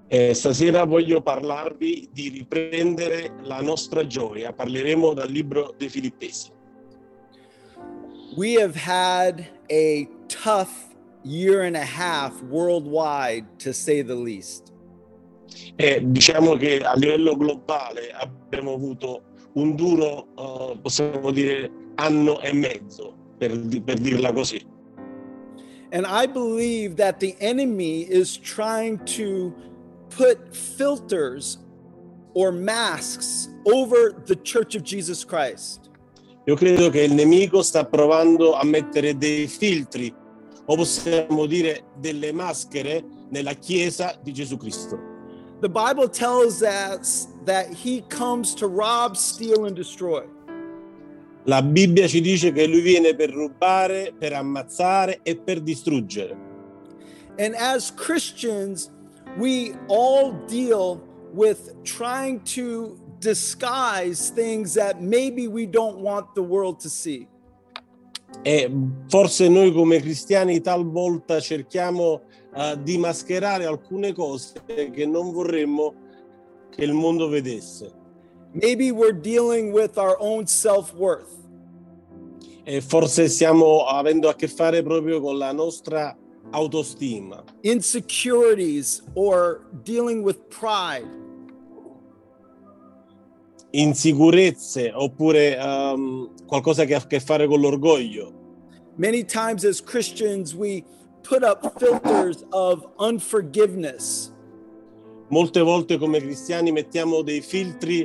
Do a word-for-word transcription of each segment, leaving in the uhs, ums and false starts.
Eh, stasera voglio parlarvi di riprendere la nostra gioia. Parleremo dal libro dei Filippesi. We have had a tough year and a half worldwide, to say the least. E diciamo che a livello globale abbiamo avuto un duro, uh, possiamo dire, anno e mezzo, per, per dirla così. And I believe that the enemy is trying to put filters or masks over the Church of Jesus Christ. Io credo che il nemico sta provando a mettere dei filtri, o possiamo dire delle maschere, nella Chiesa di Gesù Cristo. The Bible tells us that he comes to rob, steal, and destroy. La Bibbia ci dice che lui viene per rubare, per ammazzare e per distruggere. And as Christians, we all deal with trying to disguise things that maybe we don't want the world to see. E forse noi come cristiani talvolta cerchiamo uh, di mascherare alcune cose che non vorremmo che il mondo vedesse. Maybe we're dealing with our own self-worth. E forse stiamo avendo a che fare proprio con la nostra autostima. Insecurities or dealing with pride. Insicurezze oppure um, qualcosa che ha a che fare con l'orgoglio. Many times as Christians we put up filters of unforgiveness. Molte volte come cristiani mettiamo dei filtri,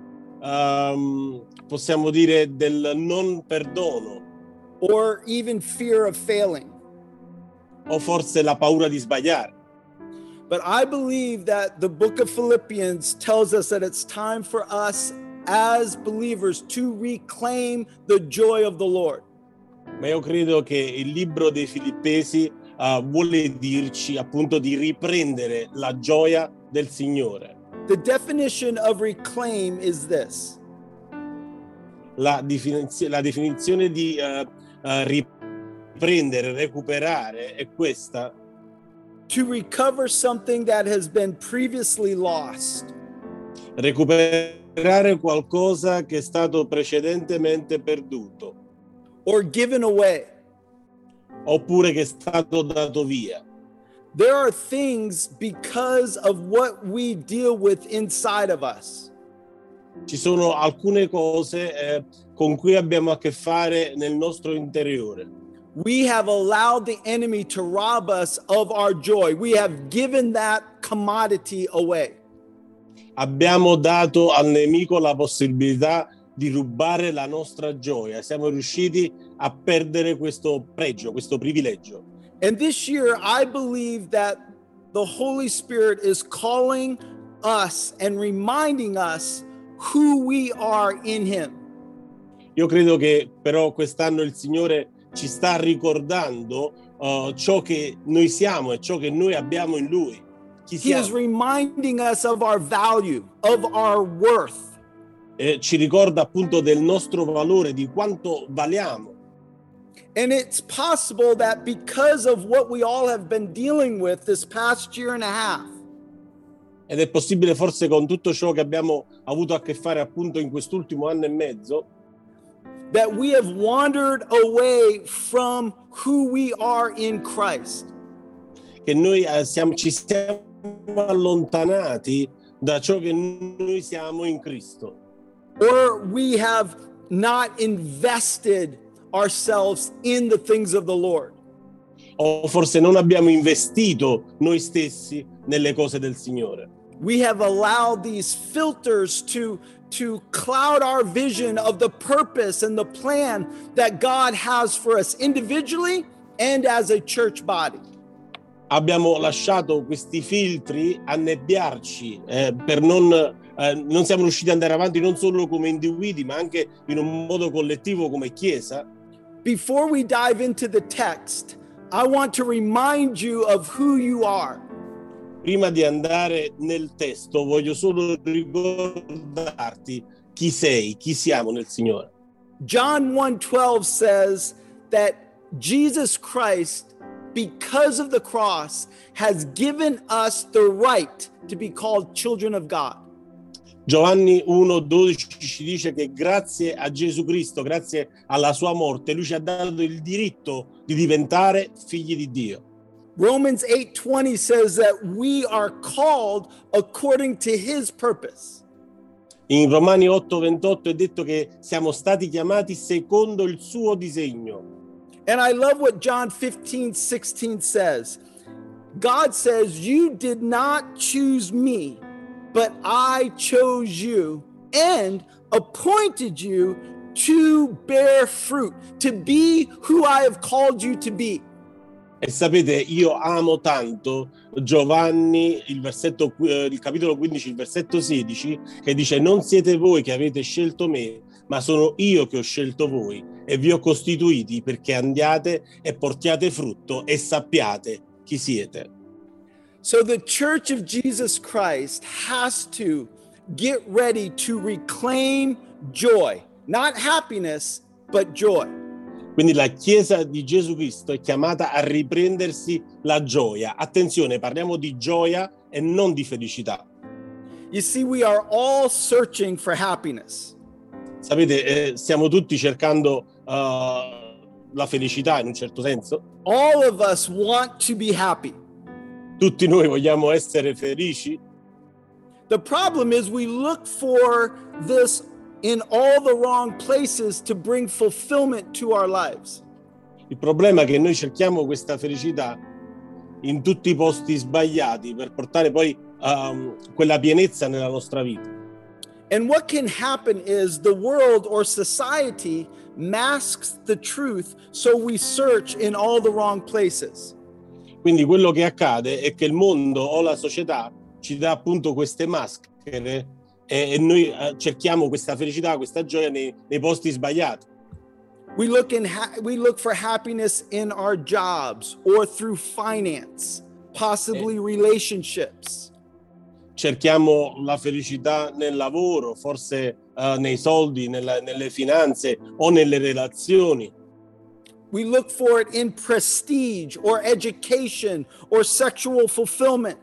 um, possiamo dire, del non perdono. Or even fear of failing. O forse la paura di sbagliare. But I believe that the book of Philippians tells us that it's time for us as believers to reclaim the joy of the Lord. Ma io credo che il libro dei Filippesi uh, vuole dirci appunto di riprendere la gioia del Signore. The definition of reclaim is this. La, definiz- la definizione di uh, uh, riprendere, recuperare è questa. To recover something that has been previously lost. Recuperare qualcosa che è stato precedentemente perduto. Or given away. Oppure che è stato dato via. There are things because of what we deal with inside of us. Ci sono alcune cose eh, con cui abbiamo a che fare nel nostro interiore. We have allowed the enemy to rob us of our joy. We have given that commodity away. Abbiamo dato al nemico la possibilità di rubare la nostra gioia. Siamo riusciti a perdere questo pregio, questo privilegio. And this year, I believe that the Holy Spirit is calling us and reminding us who we are in Him. Io credo che però quest'anno il Signore ci sta ricordando uh, ciò che noi siamo e ciò che noi abbiamo in Lui. Chi He is siamo. reminding us of our value, of our worth. E ci ricorda appunto del nostro valore, di quanto valiamo. And it's possible that because of what we all have been dealing with this past year and a half, Ed è possibile forse con tutto ciò che abbiamo avuto a che fare appunto in quest'ultimo anno e mezzo, that we have wandered away from who we are in Christ. che noi eh, siamo, ci siamo allontanati da ciò che noi siamo in Cristo. Or we have not invested ourselves in the things of the Lord. O forse non abbiamo investito noi stessi nelle cose del Signore. We have allowed these filters to, to cloud our vision of the purpose and the plan that God has for us individually and as a church body. Abbiamo lasciato questi filtri annebbiarci eh, per non, eh, non siamo riusciti ad andare avanti non solo come individui ma anche in un modo collettivo come Chiesa. Before we dive into the text, I want to remind you of who you are. Prima di andare nel testo voglio solo ricordarti chi sei, chi siamo nel Signore. John one twelve says that Jesus Christ because of the cross, has given us the right to be called children of God. Giovanni uno dodici ci dice che grazie a Gesù Cristo, grazie alla sua morte, lui ci ha dato il diritto di diventare figli di Dio. Romans eight twenty says that we are called according to his purpose. In Romani otto ventotto è detto che siamo stati chiamati secondo il suo disegno. And I love what John fifteen sixteen says. God says, "You did not choose me, but I chose you and appointed you to bear fruit, to be who I have called you to be." E sapete, io amo tanto Giovanni, il versetto, il capitolo quindici, il versetto sedici, che dice: non siete voi che avete scelto me, ma sono io che ho scelto voi e vi ho costituiti perché andiate e portiate frutto e sappiate chi siete. So the Church of Jesus Christ has to get ready to reclaim joy, not happiness, but joy. Quindi la Chiesa di Gesù Cristo è chiamata a riprendersi la gioia. Attenzione, parliamo di gioia e non di felicità. You see, we are all searching for happiness. Sapete, eh, stiamo tutti cercando uh, la felicità in un certo senso. All of us want to be happy. Tutti noi vogliamo essere felici. The problem is we look for this in all the wrong places to bring fulfillment to our lives. Il problema è che noi cerchiamo questa felicità in tutti i posti sbagliati per portare poi um, quella pienezza nella nostra vita. And what can happen is the world or society masks the truth, so we search in all the wrong places. Quindi quello che accade è che il mondo o la società ci dà appunto queste maschere e noi cerchiamo questa felicità, questa gioia nei, nei posti sbagliati. We look in ha- we look for happiness in our jobs or through finance, possibly relationships. Cerchiamo la felicità nel lavoro, forse uh, nei soldi, nella, nelle finanze o nelle relazioni. We look for it in prestige or education or sexual fulfillment.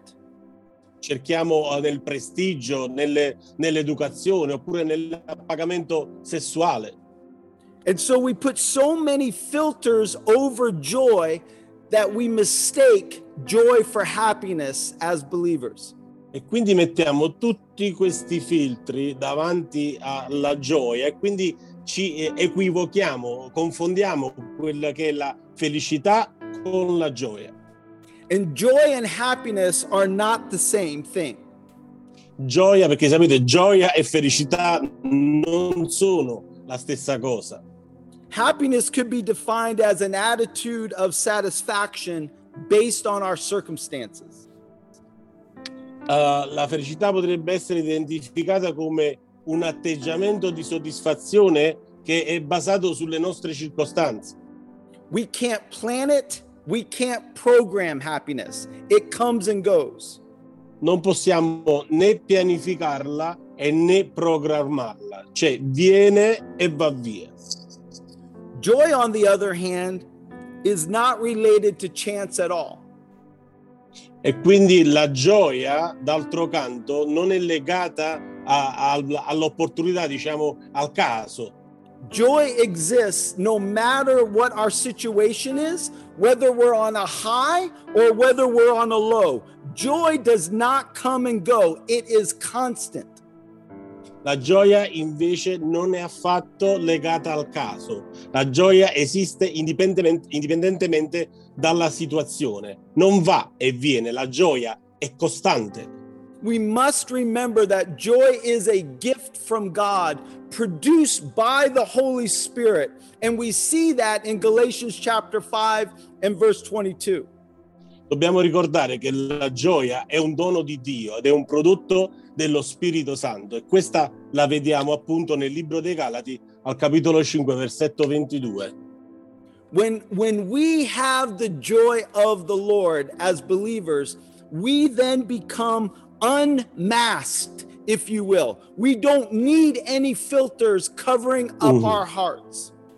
Cerchiamo nel prestigio, nelle, nell'educazione oppure nell'appagamento sessuale. And so we put so many filters over joy that we mistake joy for happiness as believers. E quindi mettiamo tutti questi filtri davanti alla gioia e quindi ci equivochiamo, confondiamo quella che è la felicità con la gioia. And joy and happiness are not the same thing. Gioia, perché sapete, gioia e felicità non sono la stessa cosa. Happiness could be defined as an attitude of satisfaction based on our circumstances. Uh, la felicità potrebbe essere identificata come un atteggiamento di soddisfazione che è basato sulle nostre circostanze. We can't plan it. We can't program happiness. It comes and goes. Non possiamo né pianificarla e né programmarla, cioè viene e va via. Joy, on the other hand, is not related to chance at all. E quindi la gioia, d'altro canto, non è legata a, a, all'opportunità, diciamo, al caso. Joy exists no matter what our situation is, whether we're on a high or whether we're on a low. Joy does not come and go. It is constant. La gioia invece non è affatto legata al caso. La gioia esiste indipendentemente, indipendentemente dalla situazione. Non va e viene, la gioia è costante. We must remember that joy is a gift from God produced by the Holy Spirit. And we see that in Galatians chapter five and verse twenty-two. Dobbiamo ricordare che la gioia è un dono di Dio ed è un prodotto dello Spirito Santo, e questa la vediamo appunto nel libro dei Galati al capitolo cinque versetto ventidue. When, when we have the joy of the Lord as believers, we then become unmasked, if you will. We don't need any filters covering up mm-hmm. our hearts.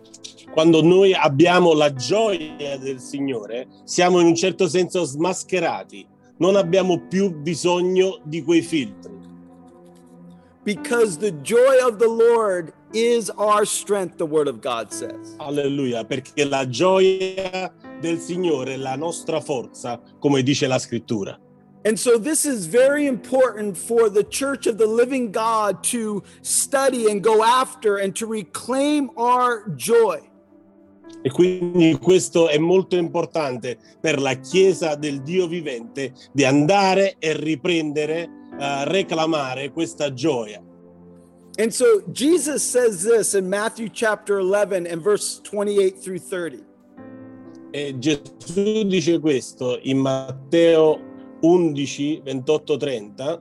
Quando noi abbiamo la gioia del Signore, siamo in un certo senso smascherati, non abbiamo più bisogno di quei filtri. Because the joy of the Lord is our strength, the Word of God says. Alleluia, perché la gioia del Signore è la nostra forza, come dice la Scrittura. And so this is very important for the Church of the Living God to study and go after and to reclaim our joy. E quindi questo è molto importante per la Chiesa del Dio vivente, di andare e riprendere, uh, reclamare questa gioia. And so Jesus says this in Matthew chapter eleven and verse twenty-eight through thirty. E Gesù dice questo in Matteo undici, ventotto, trenta.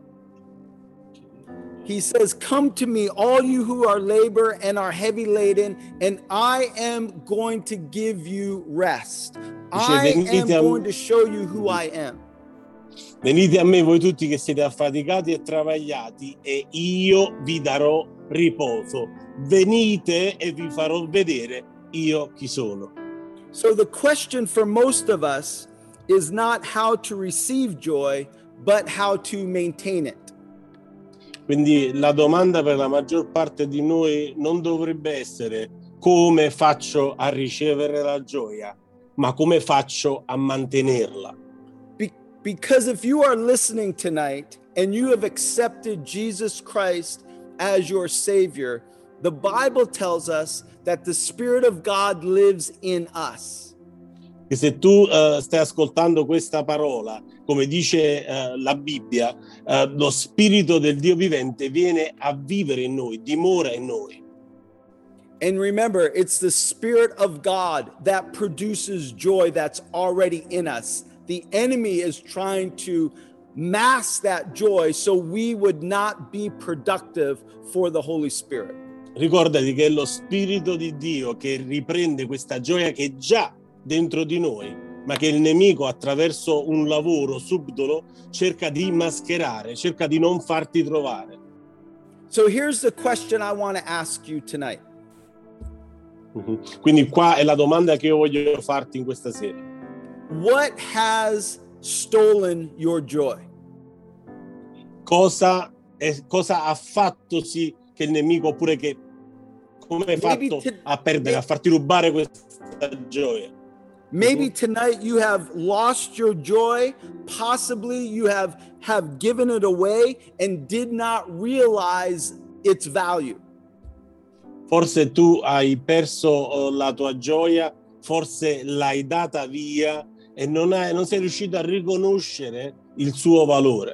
He says, "Come to me, all you who are labor and are heavy laden, and I am going to give you rest. I am going to show you who I am." Venite a me voi tutti che siete affaticati e travagliati e io vi darò riposo. Venite e vi farò vedere io chi sono. So the question for most of us is not how to receive joy, but how to maintain it. Quindi la domanda per la maggior parte di noi non dovrebbe essere come faccio a ricevere la gioia, ma come faccio a mantenerla. Be- because if you are listening tonight and you have accepted Jesus Christ as your Savior, the Bible tells us that the Spirit of God lives in us. E se tu uh, stai ascoltando questa parola, come dice uh, la Bibbia, uh, lo Spirito del Dio vivente viene a vivere in noi, dimora in noi. And remember, it's the Spirit of God that produces joy that's already in us. The enemy is trying to mask that joy so we would not be productive for the Holy Spirit. Ricordati che è lo Spirito di Dio che riprende questa gioia che è già dentro di noi, ma che il nemico attraverso un lavoro subdolo cerca di mascherare, cerca di non farti trovare. So here's the question I want to ask you tonight. Uh-huh. Quindi qua è la domanda che io voglio farti in questa sera. What has stolen your joy? Cosa, è, cosa ha fatto sì che il nemico, oppure che come hai fatto to, a perdere, a farti rubare questa gioia? Maybe tonight you have lost your joy. Possibly you have, have given it away and did not realize its value. Forse tu hai perso la tua gioia, forse l'hai data via e non, hai, non sei riuscito a riconoscere il suo valore.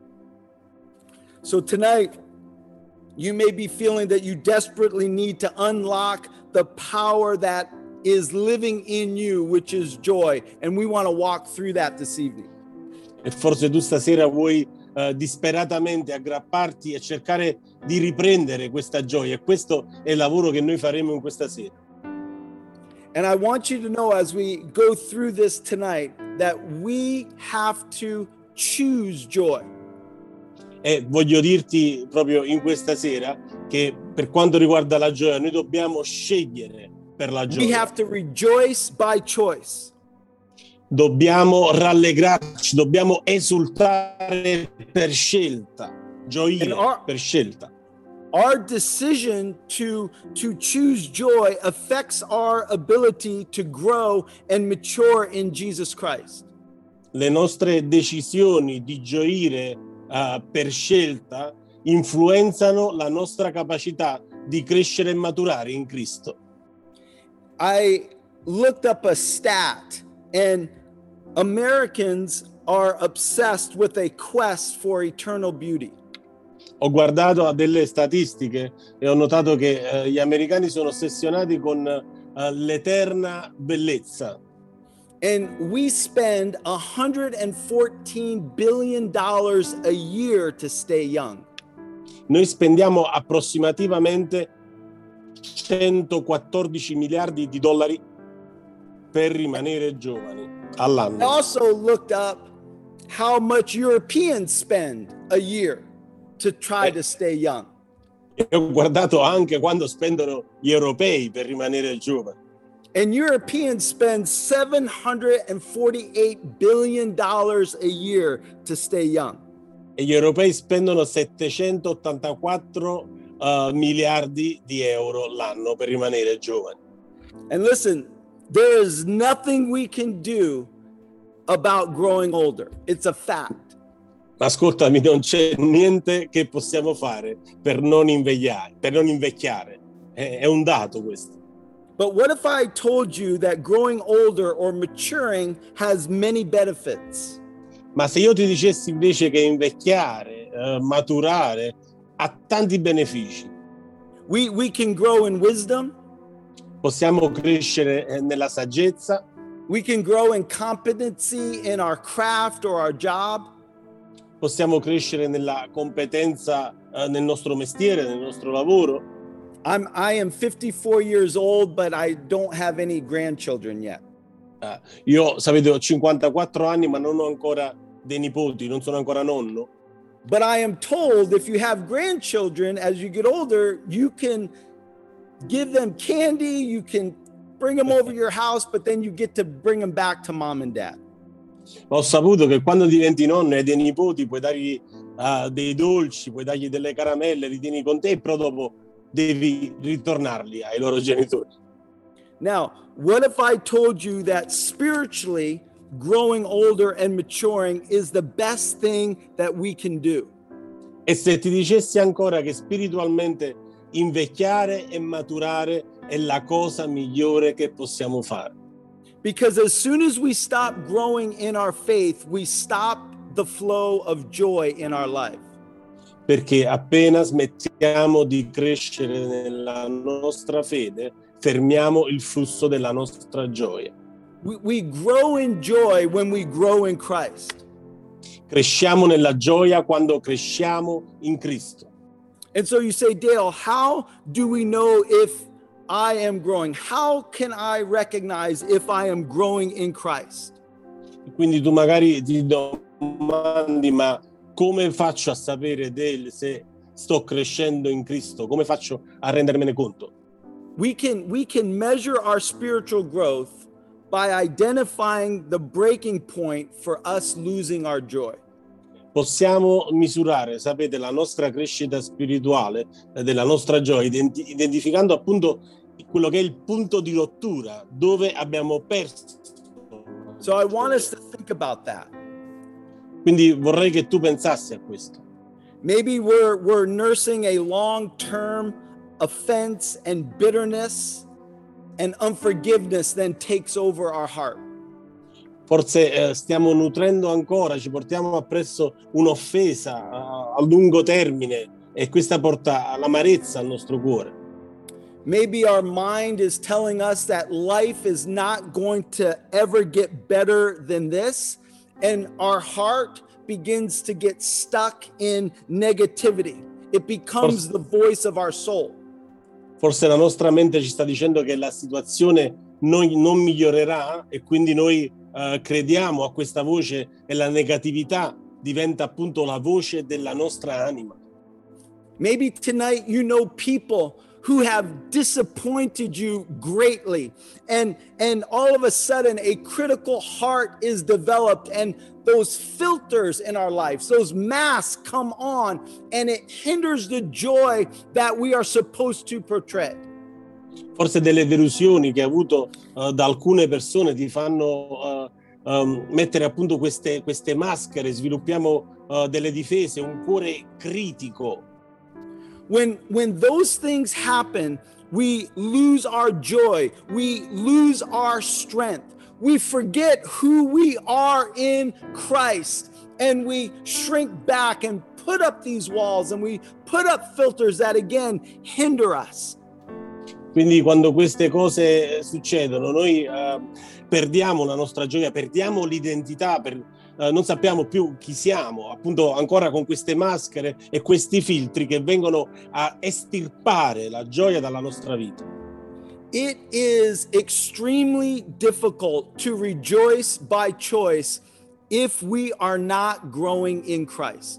So tonight you may be feeling that you desperately need to unlock the power that is living in you, which is joy. And we want to walk through that this evening. E forse tu stasera vuoi uh, disperatamente aggrapparti e cercare di riprendere questa gioia. E questo è il lavoro che noi faremo in questa sera. And I want you to know as we go through this tonight that we have to choose joy. E voglio dirti proprio in questa sera che per quanto riguarda la gioia, noi dobbiamo scegliere per la gioia. We have to rejoice by choice. Dobbiamo rallegrarci, dobbiamo esultare per scelta, gioire our, per scelta. Our decision to, to choose joy affects our ability to grow and mature in Jesus Christ. Le nostre decisioni di gioire uh, per scelta influenzano la nostra capacità di crescere e maturare in Cristo. I looked up a stat, and Americans are obsessed with a quest for eternal beauty. Ho guardato a delle statistiche e ho notato che eh, gli americani sono ossessionati con eh, l'eterna bellezza. And we spend one hundred fourteen billion dollars a year to stay young. Noi spendiamo approssimativamente centoquattordici miliardi di dollari per rimanere giovani all'anno. I also looked up how much Europeans spend a year to try to stay young. E ho guardato anche quando spendono gli europei per rimanere giovani. And Europeans spend seven hundred forty-eight billion dollars a year to stay young. E gli europei spendono settecentottantaquattro uh, miliardi di euro l'anno per rimanere giovani. And listen, there is nothing we can do about growing older. It's a fact. Ma ascoltami, non c'è niente che possiamo fare per non invecchiare, per non invecchiare. È, è un dato questo. But what if I told you that growing older or maturing has many benefits? Ma se io ti dicessi invece che invecchiare, uh, maturare, ha tanti benefici. We, we can grow in wisdom. Possiamo crescere nella saggezza. We can grow in competency in our craft or our job. Possiamo crescere nella competenza uh, nel nostro mestiere, nel nostro lavoro. I'm, I am fifty-four years old, but I don't have any grandchildren yet. Uh, io, sapete, ho cinquantaquattro anni, ma non ho ancora dei nipoti, non sono ancora nonno. But I am told if you have grandchildren, as you get older, you can give them candy, you can bring them over your house, but then you get to bring them back to mom and dad. Ho saputo che quando diventi nonno e hai dei nipoti puoi dargli uh, dei dolci, puoi dargli delle caramelle, li tieni con te, però dopo devi ritornarli ai loro genitori. Now, what if I told you that spiritually growing older and maturing is the best thing that we can do? E se ti dicessi ancora che spiritualmente invecchiare e maturare è la cosa migliore che possiamo fare? Because as soon as we stop growing in our faith, we stop the flow of joy in our life. Perché appena smettiamo di crescere nella nostra fede, fermiamo il flusso della nostra gioia. We, we grow in joy when we grow in Christ. Cresciamo nella gioia quando cresciamo in Cristo. And so you say, Dale, how do we know if I am growing? How can I recognize if I am growing in Christ? Quindi tu magari ti domandi, ma come faccio a sapere del, se sto crescendo in Cristo? Come faccio a rendermene conto? We can, we can measure our spiritual growth by identifying the breaking point for us losing our joy. Possiamo misurare, sapete, la nostra crescita spirituale, della nostra gioia, identi- identificando appunto quello che è il punto di rottura, dove abbiamo perso. So I want us to think about that. Quindi vorrei che tu pensassi a questo. Maybe we're, we're nursing a long-term offense and bitterness and unforgiveness then takes over our heart. Forse eh, stiamo nutrendo ancora, ci portiamo appresso un'offesa a, a lungo termine e questa porta l'amarezza al nostro cuore. Maybe our mind is telling us that life is not going to ever get better than this, and our heart begins to get stuck in negativity. It becomes the voice of our soul. Forse la nostra mente ci sta dicendo che la situazione non, non migliorerà e quindi noi uh, crediamo a questa voce e la negatività diventa appunto la voce della nostra anima. Maybe tonight you know people who have disappointed you greatly, and and all of a sudden a critical heart is developed, and those filters in our lives, those masks come on, and it hinders the joy that we are supposed to portray. Forse delle delusioni che hai avuto uh, da alcune persone ti fanno uh, um, mettere appunto queste, queste maschere, sviluppiamo uh, delle difese, un cuore critico. When, when those things happen, we lose our joy, we lose our strength, we forget who we are in Christ, and we shrink back and put up these walls, and we put up filters that again hinder us. Quindi quando queste cose succedono, noi uh, perdiamo la nostra gioia, perdiamo l'identità, per, uh, non sappiamo più chi siamo, appunto ancora con queste maschere e questi filtri che vengono a estirpare la gioia dalla nostra vita. It is extremely difficult to rejoice by choice if we are not growing in Christ.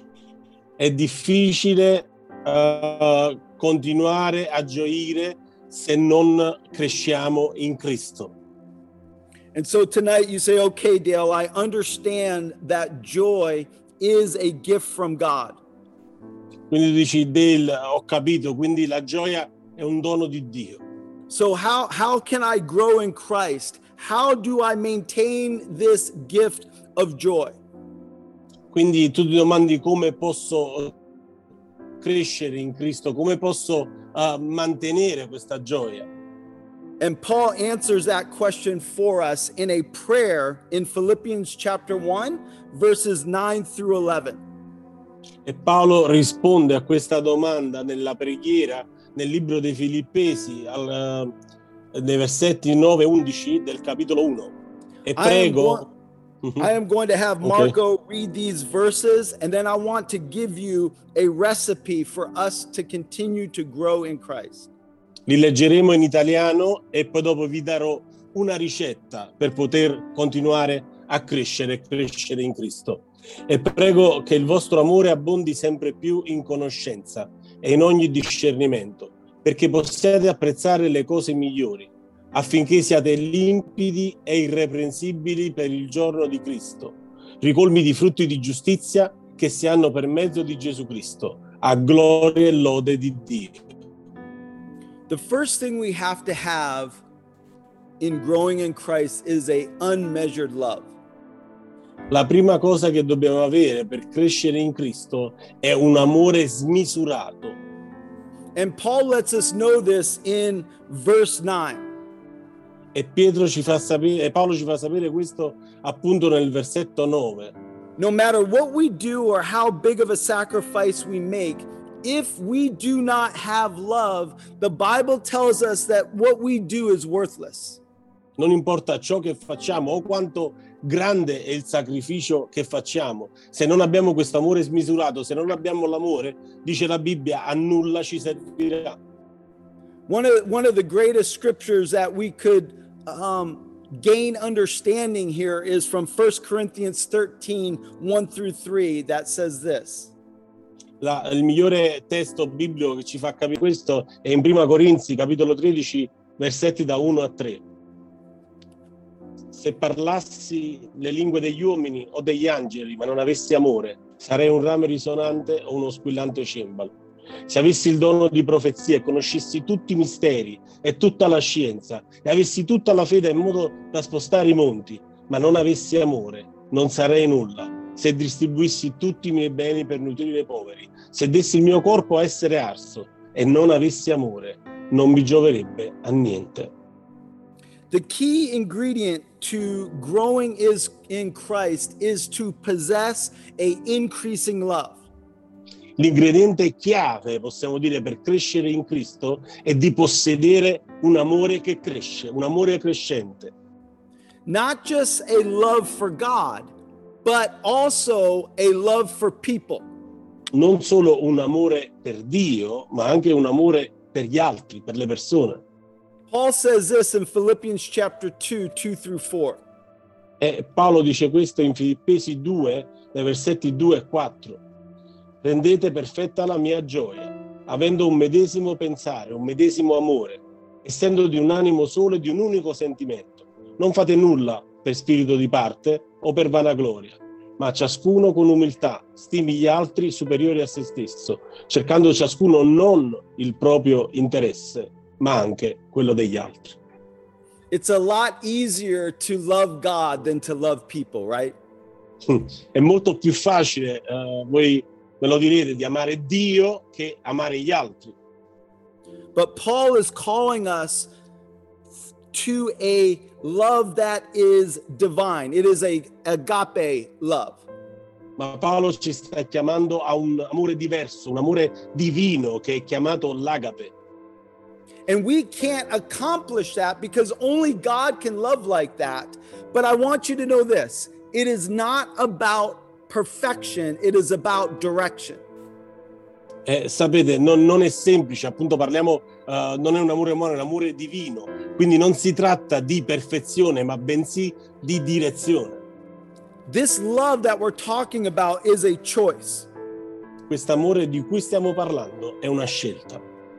È difficile uh, continuare a gioire se non cresciamo in Cristo. And so tonight you say, okay, Dale, I understand that joy is a gift from God. Quindi tu dici, Dale, ho capito, quindi la gioia è un dono di Dio. So how, how can I grow in Christ? How do I maintain this gift of joy? Quindi tu ti domandi come posso crescere in Cristo, come posso uh, mantenere questa gioia. And Paul answers that question for us in a prayer in Philippians chapter one, verses nine through eleven. E Paolo risponde a questa domanda nella preghiera nel libro dei Filippesi, al, uh, nei versetti nove e undici del capitolo uno. E prego... I am going to have Marco okay. read these verses, and then I want to give you a recipe for us to continue to grow in Christ. Li leggeremo in italiano e poi dopo vi darò una ricetta per poter continuare a crescere e crescere in Cristo. E prego che il vostro amore abbondi sempre più in conoscenza e in ogni discernimento, perché possiate apprezzare le cose migliori, affinché siate limpidi e irreprensibili per il giorno di Cristo, ricolmi di frutti di giustizia che si hanno per mezzo di Gesù Cristo, a gloria e lode di Dio. The first thing we have to have in growing in Christ is a unmeasured love. La prima cosa che dobbiamo avere per crescere in Cristo è un amore smisurato. And Paul lets us know this in verse nine. E Pietro ci fa sapere, e Paolo ci fa sapere questo appunto nel versetto nove. No matter what we do or how big of a sacrifice we make, if we do not have love, the Bible tells us that what we do is worthless. Non importa ciò che facciamo o quanto grande è il sacrificio che facciamo, se non abbiamo questo amore smisurato, se non abbiamo l'amore, dice la Bibbia, a nulla ci servirà. One of, one of the greatest scriptures that we could um, gain understanding here is from First Corinthians thirteen, one through three, that says this. La, il migliore testo biblico che ci fa capire questo è in Prima Corinzi, capitolo tredici, versetti da uno a tre. Se parlassi le lingue degli uomini o degli angeli, ma non avessi amore, sarei un rame risonante o uno squillante cembalo. Se avessi il dono di profezia e conoscessi tutti i misteri e tutta la scienza e avessi tutta la fede in modo da spostare i monti, ma non avessi amore, non sarei nulla. Se distribuissi tutti i miei beni per nutrire i poveri, se dessi il mio corpo a essere arso e non avessi amore, non mi gioverebbe a niente. The key ingredient to growing is in Christ is to possess a increasing love. L'ingrediente chiave, possiamo dire, per crescere in Cristo è di possedere un amore che cresce, un amore crescente. Not just a love for God, but also a love for people. Non solo un amore per Dio, ma anche un amore per gli altri, per le persone. Paul says this in Philippians chapter two, two through four. E Paolo dice questo in Filippesi due, nei versetti due e quattro. Rendete perfetta la mia gioia, avendo un medesimo pensare, un medesimo amore, essendo di un animo solo e di un unico sentimento. Non fate nulla per spirito di parte o per vanagloria, ma ciascuno con umiltà stimi gli altri superiori a se stesso, cercando ciascuno non il proprio interesse, ma anche quello degli altri. It's a lot easier to love God than to love people, right? È molto più facile, uh, voi me lo direte, di amare Dio che amare gli altri. But Paul is calling us to a love that is divine. It is a agape love. Ma Paolo ci sta chiamando a un amore diverso, un amore divino che è chiamato l'agape. And we can't accomplish that because only God can love like that. But I want you to know this. It is not about perfection, it is about direction. Eh, sapete, non, non è semplice, appunto parliamo, uh, non è un amore umano, è un amore divino, quindi non si tratta di perfezione, ma bensì di direzione. This love that we're talking about is a choice. Questo amore di cui stiamo parlando è una scelta.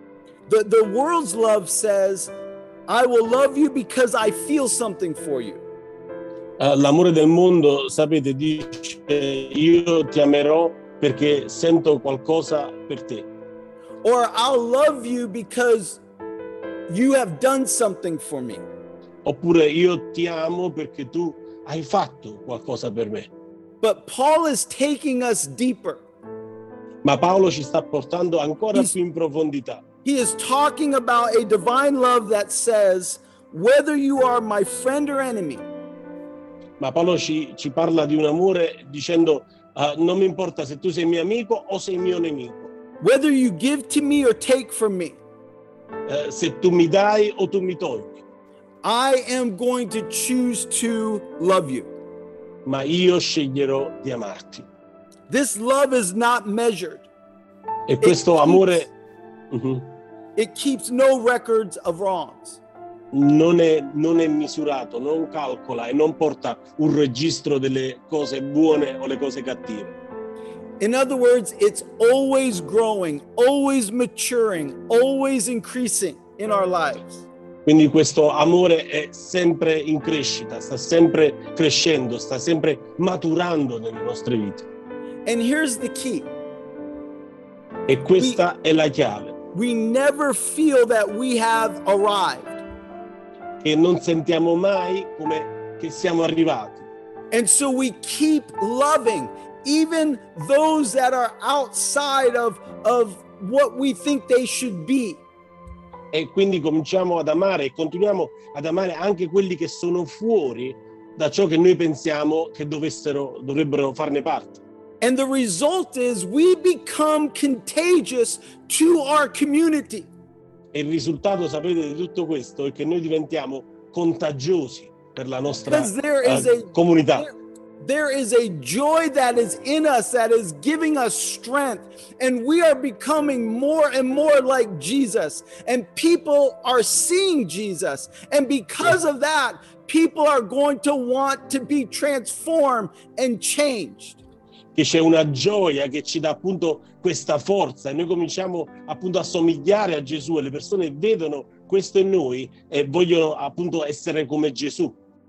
The, the world's love says, I will love you because I feel something for you. Uh, l'amore del mondo, sapete, dice io ti amerò perché sento qualcosa per te. Or I'll love you because you have done something for me. Oppure io ti amo perché tu hai fatto qualcosa per me. But Paul is taking us deeper. Ma Paolo ci sta portando ancora He's- più in profondità. He is talking about a divine love that says, whether you are my friend or enemy, Ma Paolo ci, ci parla di un amore dicendo uh, non mi importa se tu sei mio amico o sei mio nemico, whether you give to me or take from me, uh, se tu mi dai o tu mi togli, I am going to choose to love you. ma io sceglierò di amarti. This love is not measured. E questo keeps- amore mhm, It keeps no records of wrongs. non è, non è misurato, non calcola e non porta un registro delle cose buone o le cose cattive. In other words, it's always growing, always maturing, always increasing in our lives. Quindi questo amore è sempre in crescita, sta sempre crescendo, sta sempre maturando nelle nostre vite. And here's the key. E questa è la chiave, We never feel that we have arrived. che non sentiamo mai come che siamo arrivati. And so we keep loving even those that are outside of, of what we think they should be. E quindi cominciamo ad amare e continuiamo ad amare anche quelli che sono fuori da ciò che noi pensiamo che dovessero, dovrebbero farne parte. And the result is we become contagious to our community. E il risultato, sapete, di tutto questo è che noi diventiamo contagiosi per la nostra Because there is eh, a comunità. there, there is a joy that is in us that is giving us strength, and we are becoming more and more like Jesus, and people are seeing Jesus, and because of that, people are going to want to be transformed and changed. Che c'è una gioia che ci dà appunto questa forza e noi cominciamo appunto a somigliare a Gesù e le persone vedono questo in noi e vogliono appunto essere come Gesù.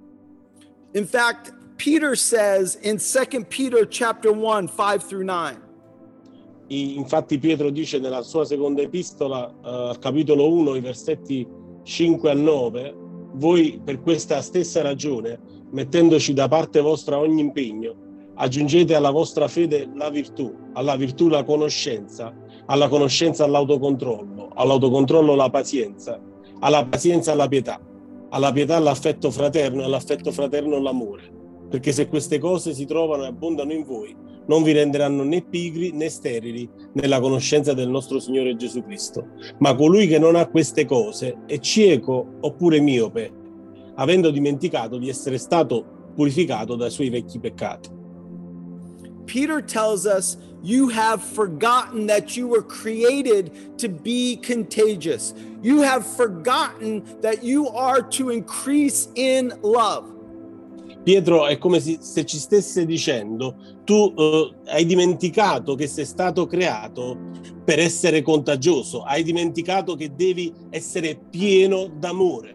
In fact, Peter says in Second Peter chapter one, five through nine, I- Infatti Pietro dice nella sua seconda epistola, eh, al capitolo uno, i versetti cinque a nove, voi per questa stessa ragione, mettendoci da parte vostra ogni impegno, aggiungete alla vostra fede la virtù, alla virtù la conoscenza, alla conoscenza l'autocontrollo, all'autocontrollo la pazienza, alla pazienza la pietà, alla pietà l'affetto fraterno e all'affetto fraterno l'amore. Perché se queste cose si trovano e abbondano in voi, non vi renderanno né pigri né sterili nella conoscenza del nostro Signore Gesù Cristo. Ma colui che non ha queste cose è cieco oppure miope, avendo dimenticato di essere stato purificato dai suoi vecchi peccati. Peter tells us you have forgotten that you were created to be contagious. You have forgotten that you are to increase in love. Pietro è come se ci stesse dicendo, tu eh, hai dimenticato che sei stato creato per essere contagioso, hai dimenticato che devi essere pieno d'amore.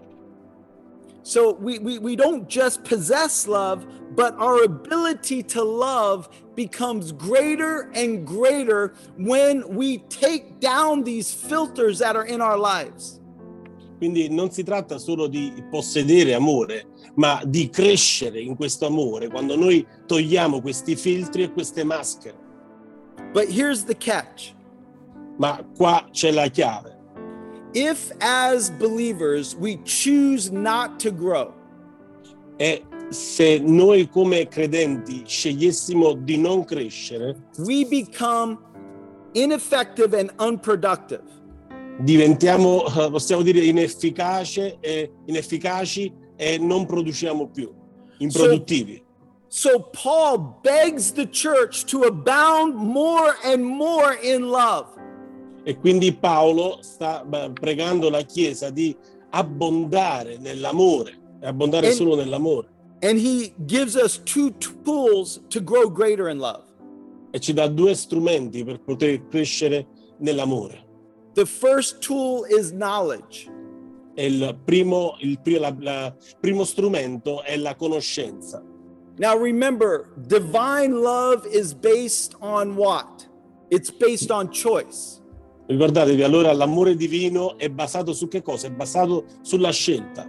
So we, we, we don't just possess love, but our ability to love becomes greater and greater when we take down these filters that are in our lives. Quindi non si tratta solo di possedere amore, ma di crescere in questo amore quando noi togliamo questi filtri e queste maschere. But here's the catch. Ma qua c'è la chiave. If as believers we choose not to grow, E se noi come credenti scegliessimo di non crescere, we become ineffective and unproductive. diventiamo, eh, possiamo dire, inefficace e, inefficaci e non produciamo più, improduttivi. So Paul begs the church to abound more and more in love. E quindi Paolo sta beh, pregando la Chiesa di abbondare nell'amore, e abbondare And- solo nell'amore. And he gives us two tools to grow greater in love. E ci dà due strumenti per poter crescere nell'amore. The first tool is knowledge. E il primo, il pri- la- la- primo strumento è la conoscenza. Now remember, divine love is based on what? It's based on choice. Ricordatevi, allora l'amore divino è basato su che cosa? È basato sulla scelta.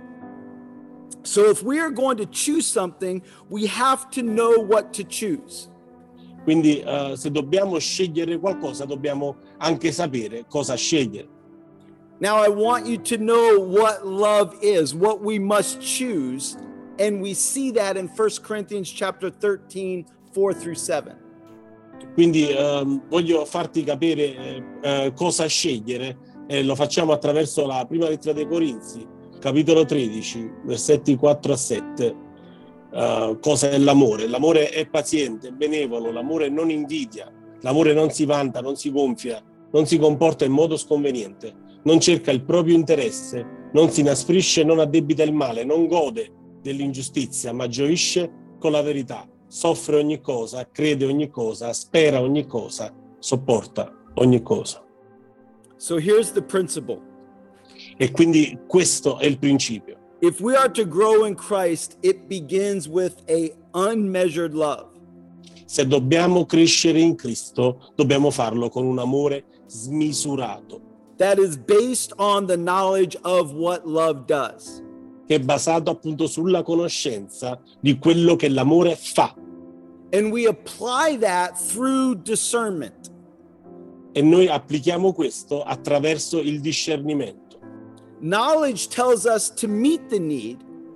So if we are going to choose something, we have to know what to choose. Quindi eh, se dobbiamo scegliere qualcosa, dobbiamo anche sapere cosa scegliere. Now I want you to know what love is, what we must choose, and we see that in First Corinthians chapter thirteen, four through seven. Quindi ehm, voglio farti capire eh, eh, cosa scegliere e lo facciamo attraverso la prima lettera dei Corinzi, capitolo tredici, versetti quattro a sette. Uh, cosa è l'amore? L'amore è paziente, è benevolo, l'amore non invidia, l'amore non si vanta, non si gonfia, non si comporta in modo sconveniente, non cerca il proprio interesse, non si inasprisce, non addebita il male, non gode dell'ingiustizia, ma gioisce con la verità. Soffre ogni cosa, crede ogni cosa, spera ogni cosa, sopporta ogni cosa. So here's the principle. E quindi questo è il principio. If we are to grow in Christ, it begins with a unmeasured love. Se dobbiamo crescere in Cristo, dobbiamo farlo con un amore smisurato, That is based on the knowledge of what love does. che è basato appunto sulla conoscenza di quello che l'amore fa. And we apply that through discernment. E noi applichiamo questo attraverso il discernimento. Knowledge tells us to meet the need,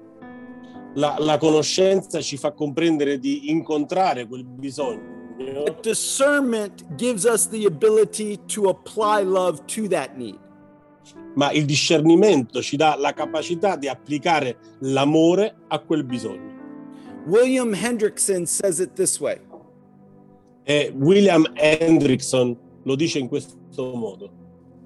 La, la conoscenza ci fa comprendere di incontrare quel bisogno, but discernment gives us the ability to apply love to that need. ma il discernimento ci dà la capacità di applicare l'amore a quel bisogno. William Hendrickson says it this way. E William Hendrickson lo dice in questo modo: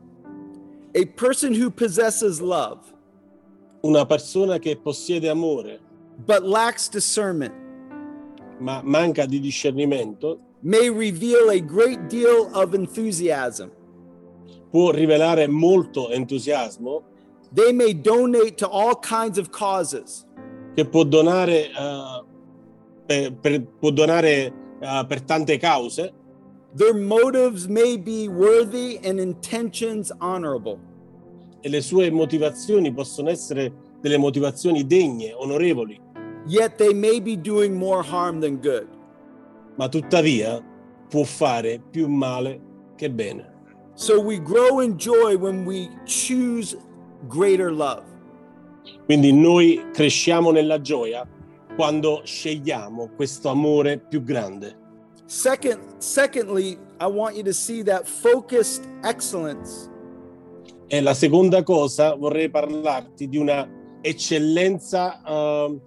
A person who possesses love una persona che possiede amore but lacks discernment ma manca di discernimento may reveal a great deal of enthusiasm. può rivelare molto entusiasmo, They may donate to all kinds of causes, che può donare, eh, per, per- può donare eh, per tante cause. their motives may be worthy and intentions honorable. E le sue motivazioni possono essere delle motivazioni degne, onorevoli, Yet they may be doing more harm than good. ma tuttavia può fare più male che bene. So we grow in joy when we choose greater love. Quindi noi cresciamo nella gioia quando scegliamo questo amore più grande. Second, secondly, I want you to see that focused excellence E la seconda cosa, vorrei parlarti di una eccellenza uh,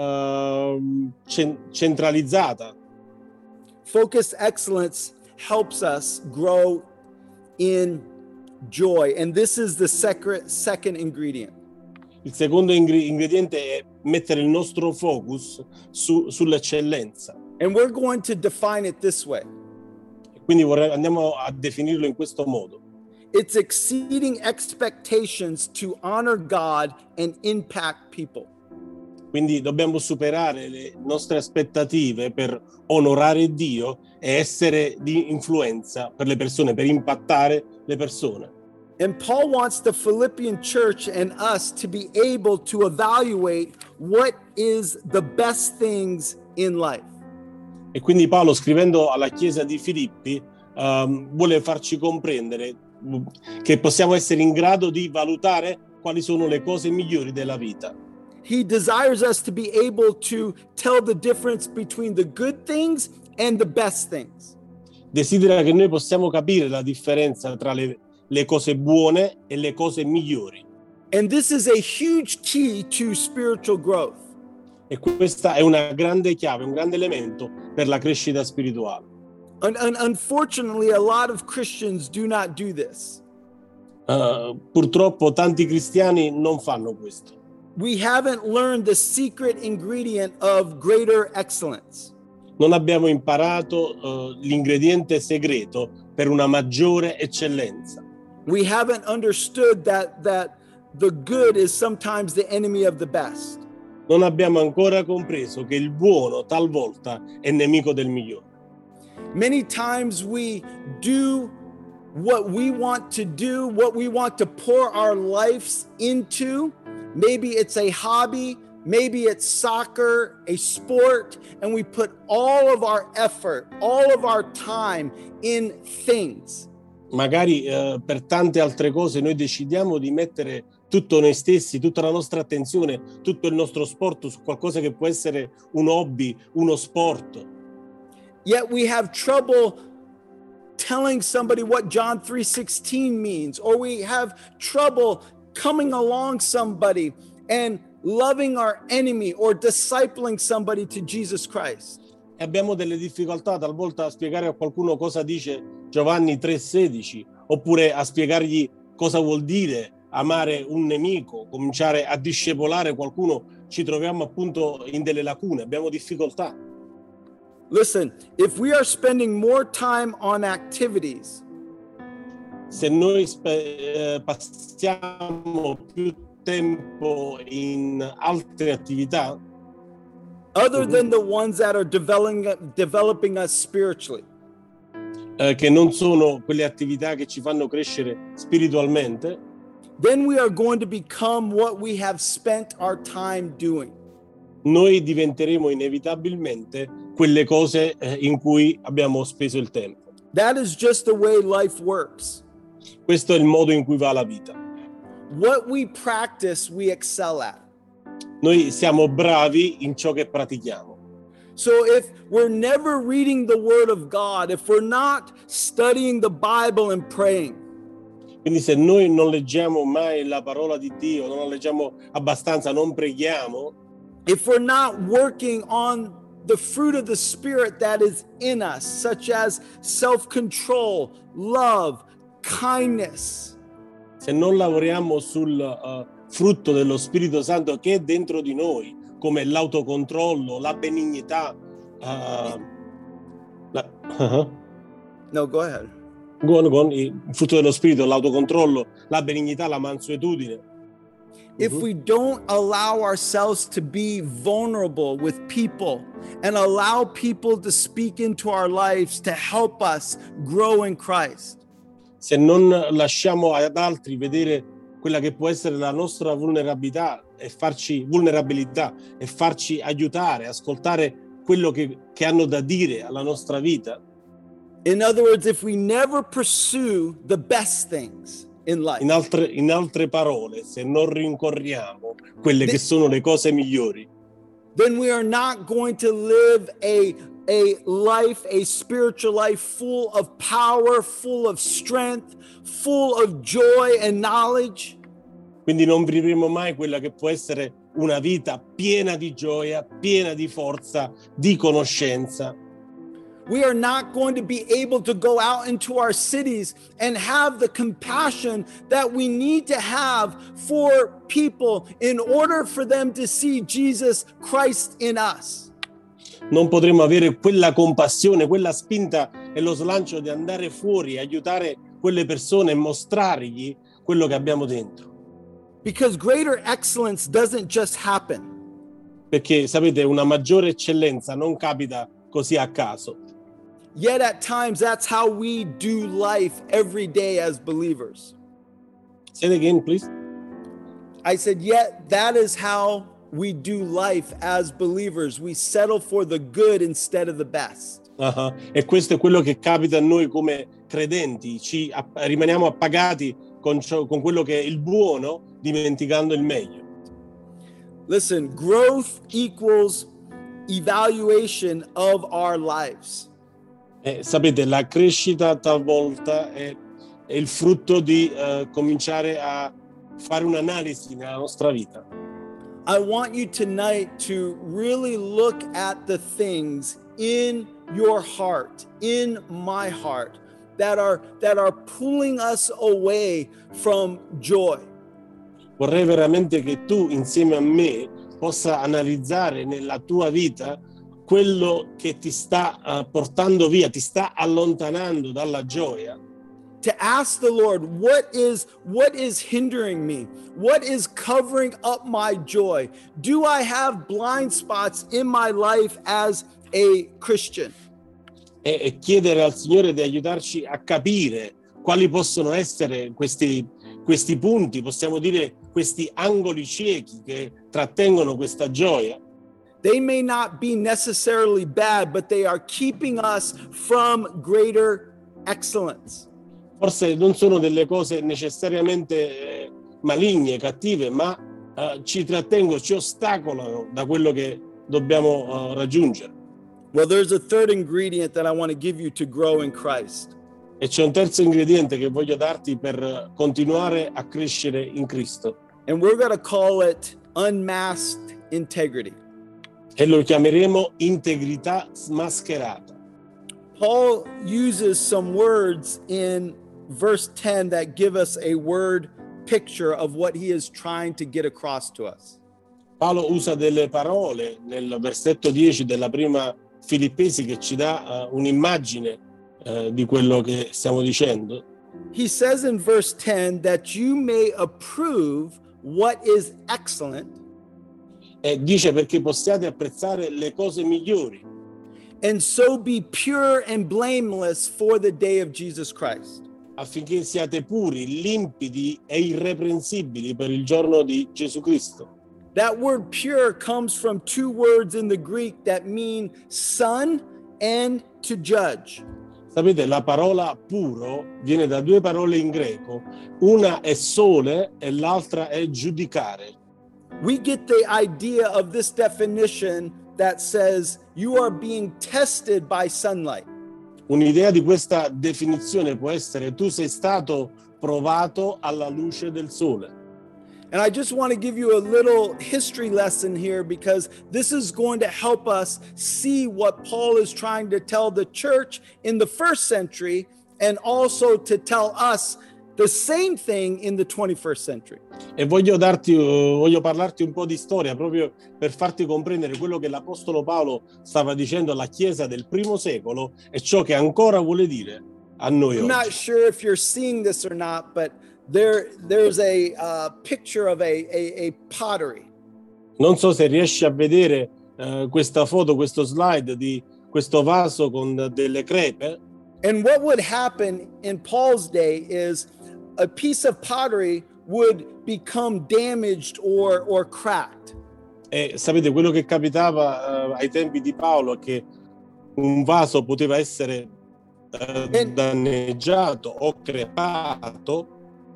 uh, cen- centralizzata. Focused excellence helps us grow in joy. And this is the secret, second ingredient. Il secondo ingre- ingrediente è mettere il nostro focus su- sull'eccellenza. And we're going to define it this way. Quindi vorrei, andiamo a definirlo in questo modo. It's exceeding expectations to honor God and impact people. Quindi dobbiamo superare le nostre aspettative per onorare Dio e essere di influenza per le persone, per impattare le persone. And Paul wants the Philippian church and us to be able to evaluate what is the best things in life. E quindi Paolo, scrivendo alla chiesa di Filippi, ehm, vuole farci comprendere che possiamo essere in grado di valutare quali sono le cose migliori della vita. He desires us to be able to tell the difference between the good things and the best things. Desidera che noi possiamo capire la differenza tra le, le cose buone e le cose migliori. And this is a huge key to spiritual growth. E questa è una grande chiave, un grande elemento per la crescita spirituale. Un- un- unfortunately, a lot of Christians do not do this. Uh, purtroppo tanti cristiani non fanno questo. We haven't learned the secret ingredient of greater excellence. Non abbiamo imparato uh, l'ingrediente segreto per una maggiore eccellenza. We haven't understood that that the good is sometimes the enemy of the best. Non abbiamo ancora compreso che il buono talvolta è nemico del migliore. Many times we do what we want to do, what we want to pour our lives into. Maybe it's a hobby, maybe it's soccer, a sport, and we put all of our effort, all of our time in things. Magari eh, per tante altre cose noi decidiamo di mettere tutto noi stessi, tutta la nostra attenzione, tutto il nostro sport su qualcosa che può essere un hobby, uno sport. Yet we have trouble telling somebody what John three sixteen means, or we have trouble coming along somebody and loving our enemy or discipling somebody to Jesus Christ. E abbiamo delle difficoltà talvolta a spiegare a qualcuno cosa dice Giovanni tre sedici, oppure a spiegargli cosa vuol dire amare un nemico, cominciare a discepolare qualcuno. Ci troviamo appunto in delle lacune, abbiamo difficoltà. Listen, if we are spending more time on activities, se noi spe- eh, passiamo più tempo in altre attività other than the ones that are developing developing us spiritually, eh, che non sono quelle attività che ci fanno crescere spiritualmente, then we are going to become what we have spent our time doing. Noi diventeremo inevitabilmente quelle cose eh, in cui abbiamo speso il tempo. That is just the way life works. Questo è il modo in cui va la vita. What we practice, we excel at. Noi siamo bravi in ciò che pratichiamo. So if we're never reading the Word of God, if we're not studying the Bible and praying, quindi se noi non leggiamo mai la parola di Dio, non la leggiamo abbastanza, non preghiamo, if we're not working on the fruit of the Spirit that is in us, such as self-control, love, kindness, se non lavoriamo sul uh, frutto dello Spirito Santo che è dentro di noi, come l'autocontrollo, la benignità, uh, la, uh-huh. no, go ahead. Con, con il frutto dello Spirito, l'autocontrollo, la benignità, la mansuetudine. If we don't allow ourselves to be vulnerable with people and allow people to speak into our lives to help us grow in Christ. Se non lasciamo ad altri vedere quella che può essere la nostra vulnerabilità e farci vulnerabilità e farci aiutare, ascoltare quello che, che hanno da dire alla nostra vita. In other words, if we never pursue the best things in life. In altre, in altre parole, se non rincorriamo quelle The, che sono le cose migliori, then we are not going to live a a life, a spiritual life full of power, full of strength, full of joy and knowledge. Quindi non vivremo mai quella che può essere una vita piena di gioia, piena di forza, di conoscenza. We are not going to be able to go out into our cities and have the compassion that we need to have for people in order for them to see Jesus Christ in us. Non potremo avere quella compassione, quella spinta e lo slancio di andare fuori, aiutare quelle persone e mostrargli quello che abbiamo dentro. Because greater excellence doesn't just happen. Perché sapete, una maggiore eccellenza non capita così a caso. Yet at times that's how we do life every day as believers. Say it again, please. I said, yet that is how we do life as believers. We settle for the good instead of the best. Uh-huh. E questo è quello che capita a noi come credenti. Ci app- rimaniamo appagati con, ciò, con quello che è il buono, dimenticando il meglio. Listen, growth equals evaluation of our lives. Eh, sapete, la crescita talvolta è, è il frutto di uh, cominciare a fare un'analisi nella nostra vita. I want you tonight to really look at the things in your heart, in my heart, that are that are pulling us away from joy. Vorrei veramente che tu insieme a me possa analizzare nella tua vita quello che ti sta uh, portando via, ti sta allontanando dalla gioia. to ask the Lord, what is what is hindering me? What is covering up my joy? Do I have blind spots in my life as a Christian? E, e chiedere al Signore di aiutarci a capire quali possono essere questi, questi punti, possiamo dire questi angoli ciechi che trattengono questa gioia. They may not be necessarily bad, but they are keeping us from greater excellence. Forse non sono delle cose necessariamente eh, maligne, cattive, ma eh, ci trattengono, ci ostacolano da quello che dobbiamo eh, raggiungere. Well, there's a third ingredient that I want to give you to grow in Christ. E c'è un terzo ingrediente che voglio darti per continuare a crescere in Cristo. And we're going to call it unmasked integrity. E lo chiameremo integrità smascherata. Paul uses some words in verse ten that give us a word picture of what he is trying to get across to us. Paolo usa delle parole nel versetto dieci della prima Filippesi che ci dà uh, un'immagine uh, di quello che stiamo dicendo. He says in verse ten that you may approve what is excellent. E dice perché possiate apprezzare le cose migliori. And so be pure and blameless for the day of Jesus Christ. Affinché siate puri, limpidi e irreprensibili per il giorno di Gesù Cristo. That word pure comes from two words in the Greek that mean sun and to judge. Sapete, la parola puro viene da due parole in greco. Una è sole e l'altra è giudicare. We get the idea of this definition that says you are being tested by sunlight. Un'idea di questa definizione può essere: tu sei stato provato alla luce del sole. And I just want to give you a little history lesson here, because this is going to help us see what Paul is trying to tell the church in the first century, and also to tell us the same thing in the twenty-first century. E voglio darti, voglio parlarti un po' di storia proprio per farti comprendere quello che l'Apostolo Paolo stava dicendo alla Chiesa del primo secolo e ciò che ancora vuole dire a noi I'm not oggi. sure if you're seeing this or not, but there there's a uh, picture of a, a, a pottery. Non so se riesci a vedere uh, questa foto, questo slide di questo vaso con delle crepe. And what would happen in Paul's day is a piece of pottery would become damaged or, or cracked. E sapete, quello che capitava uh, ai tempi di Paolo è che un vaso poteva essere uh, And- danneggiato o crepato.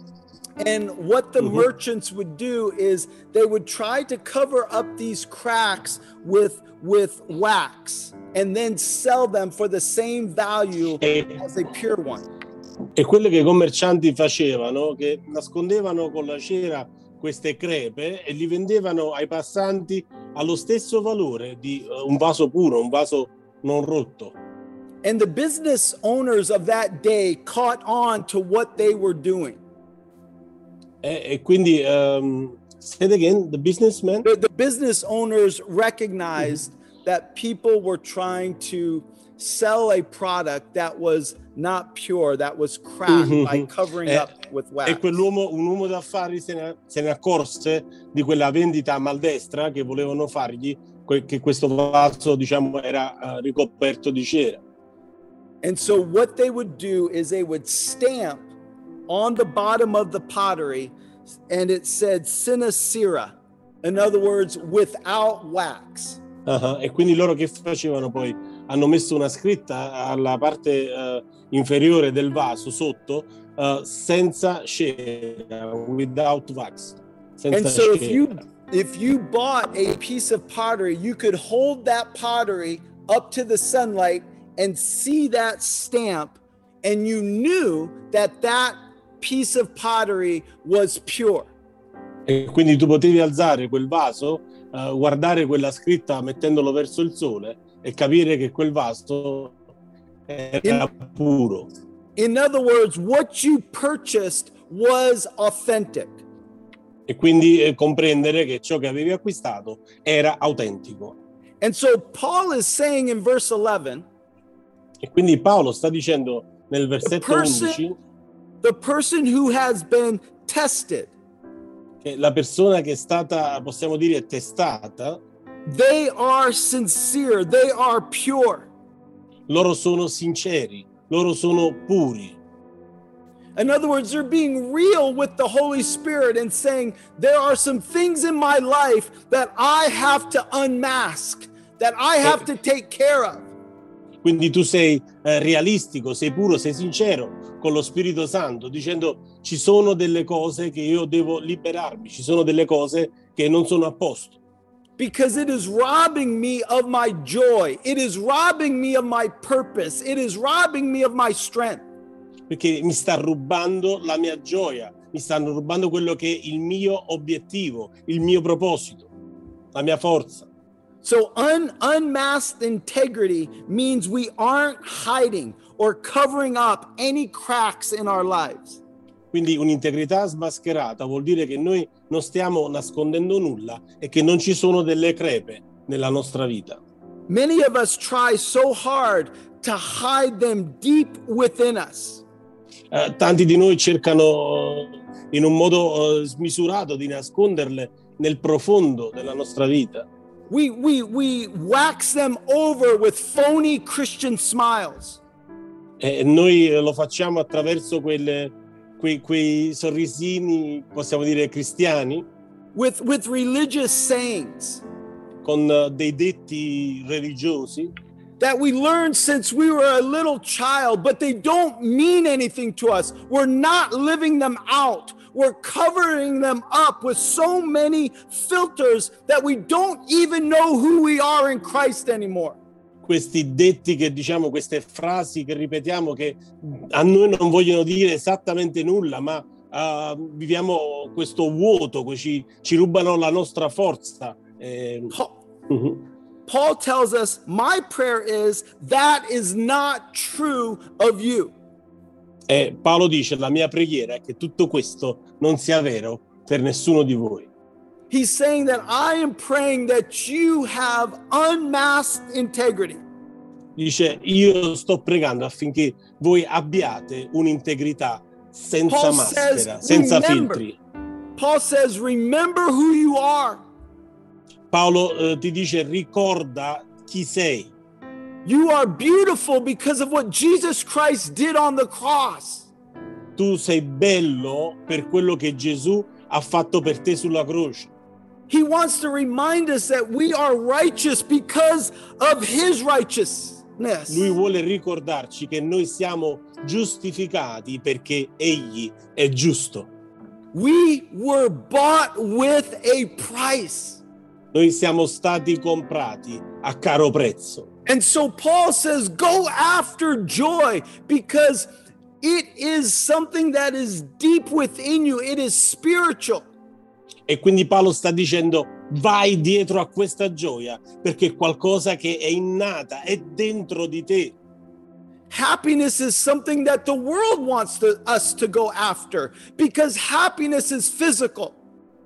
And what the Mhm. merchants would do is they would try to cover up these cracks with, with wax and then sell them for the same value E, as a pure one. e quello che i commercianti facevano, che nascondevano con la cera queste crepe e li vendevano ai passanti allo stesso valore di uh, un vaso puro, un vaso non rotto. And the business owners of that day caught on to what they were doing. E, e quindi, um, say it again, the businessman? The, the business owners recognized that people were trying to sell a product that was not pure, that was cracked Mhm. by covering Eh, up with wax. E quell'uomo, un uomo d'affari se ne, se ne accorse di quella vendita maldestra che volevano fargli, que- che questo vaso, diciamo, era uh, ricoperto di cera. And so what they would do is they would stamp on the bottom of the pottery, and it said sine cera. In other words, without wax. Ah, e quindi loro che facevano poi? Hanno messo una scritta alla parte uh, inferiore del vaso, sotto, uh, senza cera, without wax. Senza And so if cera. you if you bought a piece of pottery, you could hold that pottery up to the sunlight and see that stamp, and you knew that that piece of pottery was pure. E quindi tu potevi alzare quel vaso, uh, guardare quella scritta mettendolo verso il sole e capire che quel vaso era puro. In other words, what you purchased was authentic. E quindi eh, comprendere che ciò che avevi acquistato era autentico. And so Paul is saying in verse eleven, E quindi Paolo sta dicendo nel versetto person- undici, the person who has been tested, che la persona che è stata, possiamo dire, testata, they are sincere, they are pure. loro sono sinceri, loro sono puri. In other words, they're being real with the Holy Spirit and saying, there are some things in my life that I have to unmask, that I have to take care of. Quindi tu sei eh, realistico, sei puro, sei sincero con lo Spirito Santo, dicendo ci sono delle cose che io devo liberarmi, ci sono delle cose che non sono a posto. Because it is robbing me of my joy. It is robbing me of my purpose. It is robbing me of my strength. Perché mi sta rubando la mia gioia, mi stanno rubando quello che è il mio obiettivo, il mio proposito, la mia forza. So un, unmasked integrity means we aren't hiding or covering up any cracks in our lives. Quindi un'integrità smascherata vuol dire che noi non stiamo nascondendo nulla e che non ci sono delle crepe nella nostra vita. Many of us try so hard to hide them deep within us. Eh, tanti di noi cercano in un modo eh, smisurato di nasconderle nel profondo della nostra vita. We, we, we wax them over with phony Christian smiles. E noi lo facciamo attraverso quelle, quei, quei sorrisini, possiamo dire, cristiani, With, with religious sayings con uh, dei detti religiosi that we learned since we were a little child, but they don't mean anything to us. We're not living them out. We're covering them up with so many filters that we don't even know who we are in Christ anymore. questi detti che diciamo, queste frasi che ripetiamo che a noi non vogliono dire esattamente nulla, ma uh, viviamo questo vuoto, ci, ci rubano la nostra forza. Eh, Paul, uh-huh. Paul tells us, my prayer is that is not true of you. E Paolo dice, la mia preghiera è che tutto questo non sia vero per nessuno di voi. He's saying that I am praying that you have unmasked integrity. Dice, io sto pregando affinché voi abbiate un'integrità senza Paul maschera, says, senza remember. filtri. Paul says, remember who you are. Paolo eh, ti dice, ricorda chi sei. You are beautiful because of what Jesus Christ did on the cross. Tu sei bello per quello che Gesù ha fatto per te sulla croce. He wants to remind us that we are righteous because of his righteousness. Lui vuole ricordarci che noi siamo giustificati perché egli è giusto. We were bought with a price. Noi siamo stati comprati a caro prezzo. And so Paul says, go after joy because it is something that is deep within you. It is spiritual. E quindi Paolo sta dicendo, vai dietro a questa gioia perché è qualcosa che è innata, è dentro di te. Happiness is something that the world wants to, us to go after because happiness is physical.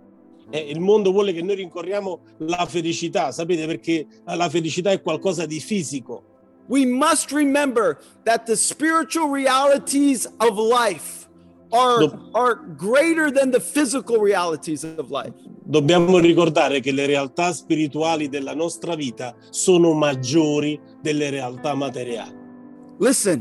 E il mondo vuole che noi rincorriamo la felicità, sapete, perché la felicità è qualcosa di fisico. We must remember that the spiritual realities of life are, Dob- are greater than the physical realities of life. Dobbiamo ricordare che le realtà spirituali della nostra vita sono maggiori delle realtà materiali. Listen,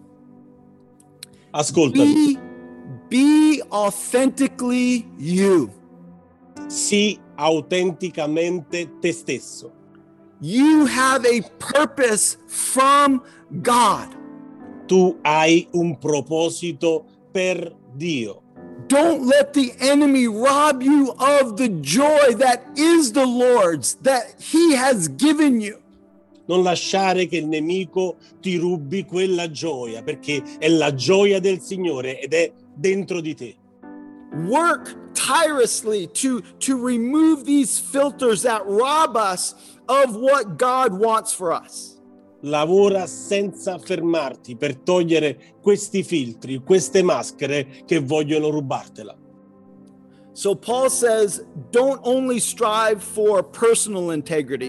Ascoltami, be, be authentically you. sii autenticamente te stesso. You have a purpose from God. Tu hai un proposito per Dio. Don't let the enemy rob you of the joy that is the Lord's, that he has given you. Non lasciare che il nemico ti rubi quella gioia, perché è la gioia del Signore ed è dentro di te. Work tirelessly to, to remove these filters that rob us of what God wants for us. Lavora senza fermarti per togliere questi filtri, queste maschere che vogliono rubartela. So Paul says, don't only strive for personal integrity,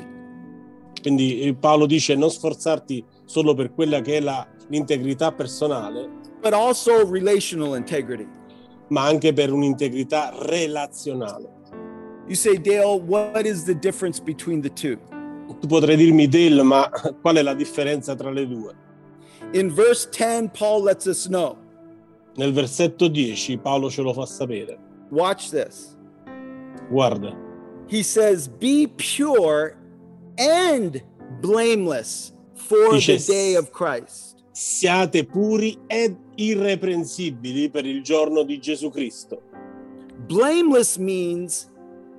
Quindi Paolo dice non sforzarti solo per quella che è la, l'integrità personale, but also relational integrity. ma anche per un'integrità relazionale. You say, Dale, what is the difference between the two? Tu potrai dirmi, Dale, ma qual è la differenza tra le due? In verse ten, Paul lets us know. Nel versetto dieci Paolo ce lo fa sapere. Watch this. Guarda, He says, be pure and blameless for Dice, the day of Christ. siate puri ed irreprensibili per il giorno di Gesù Cristo. Blameless means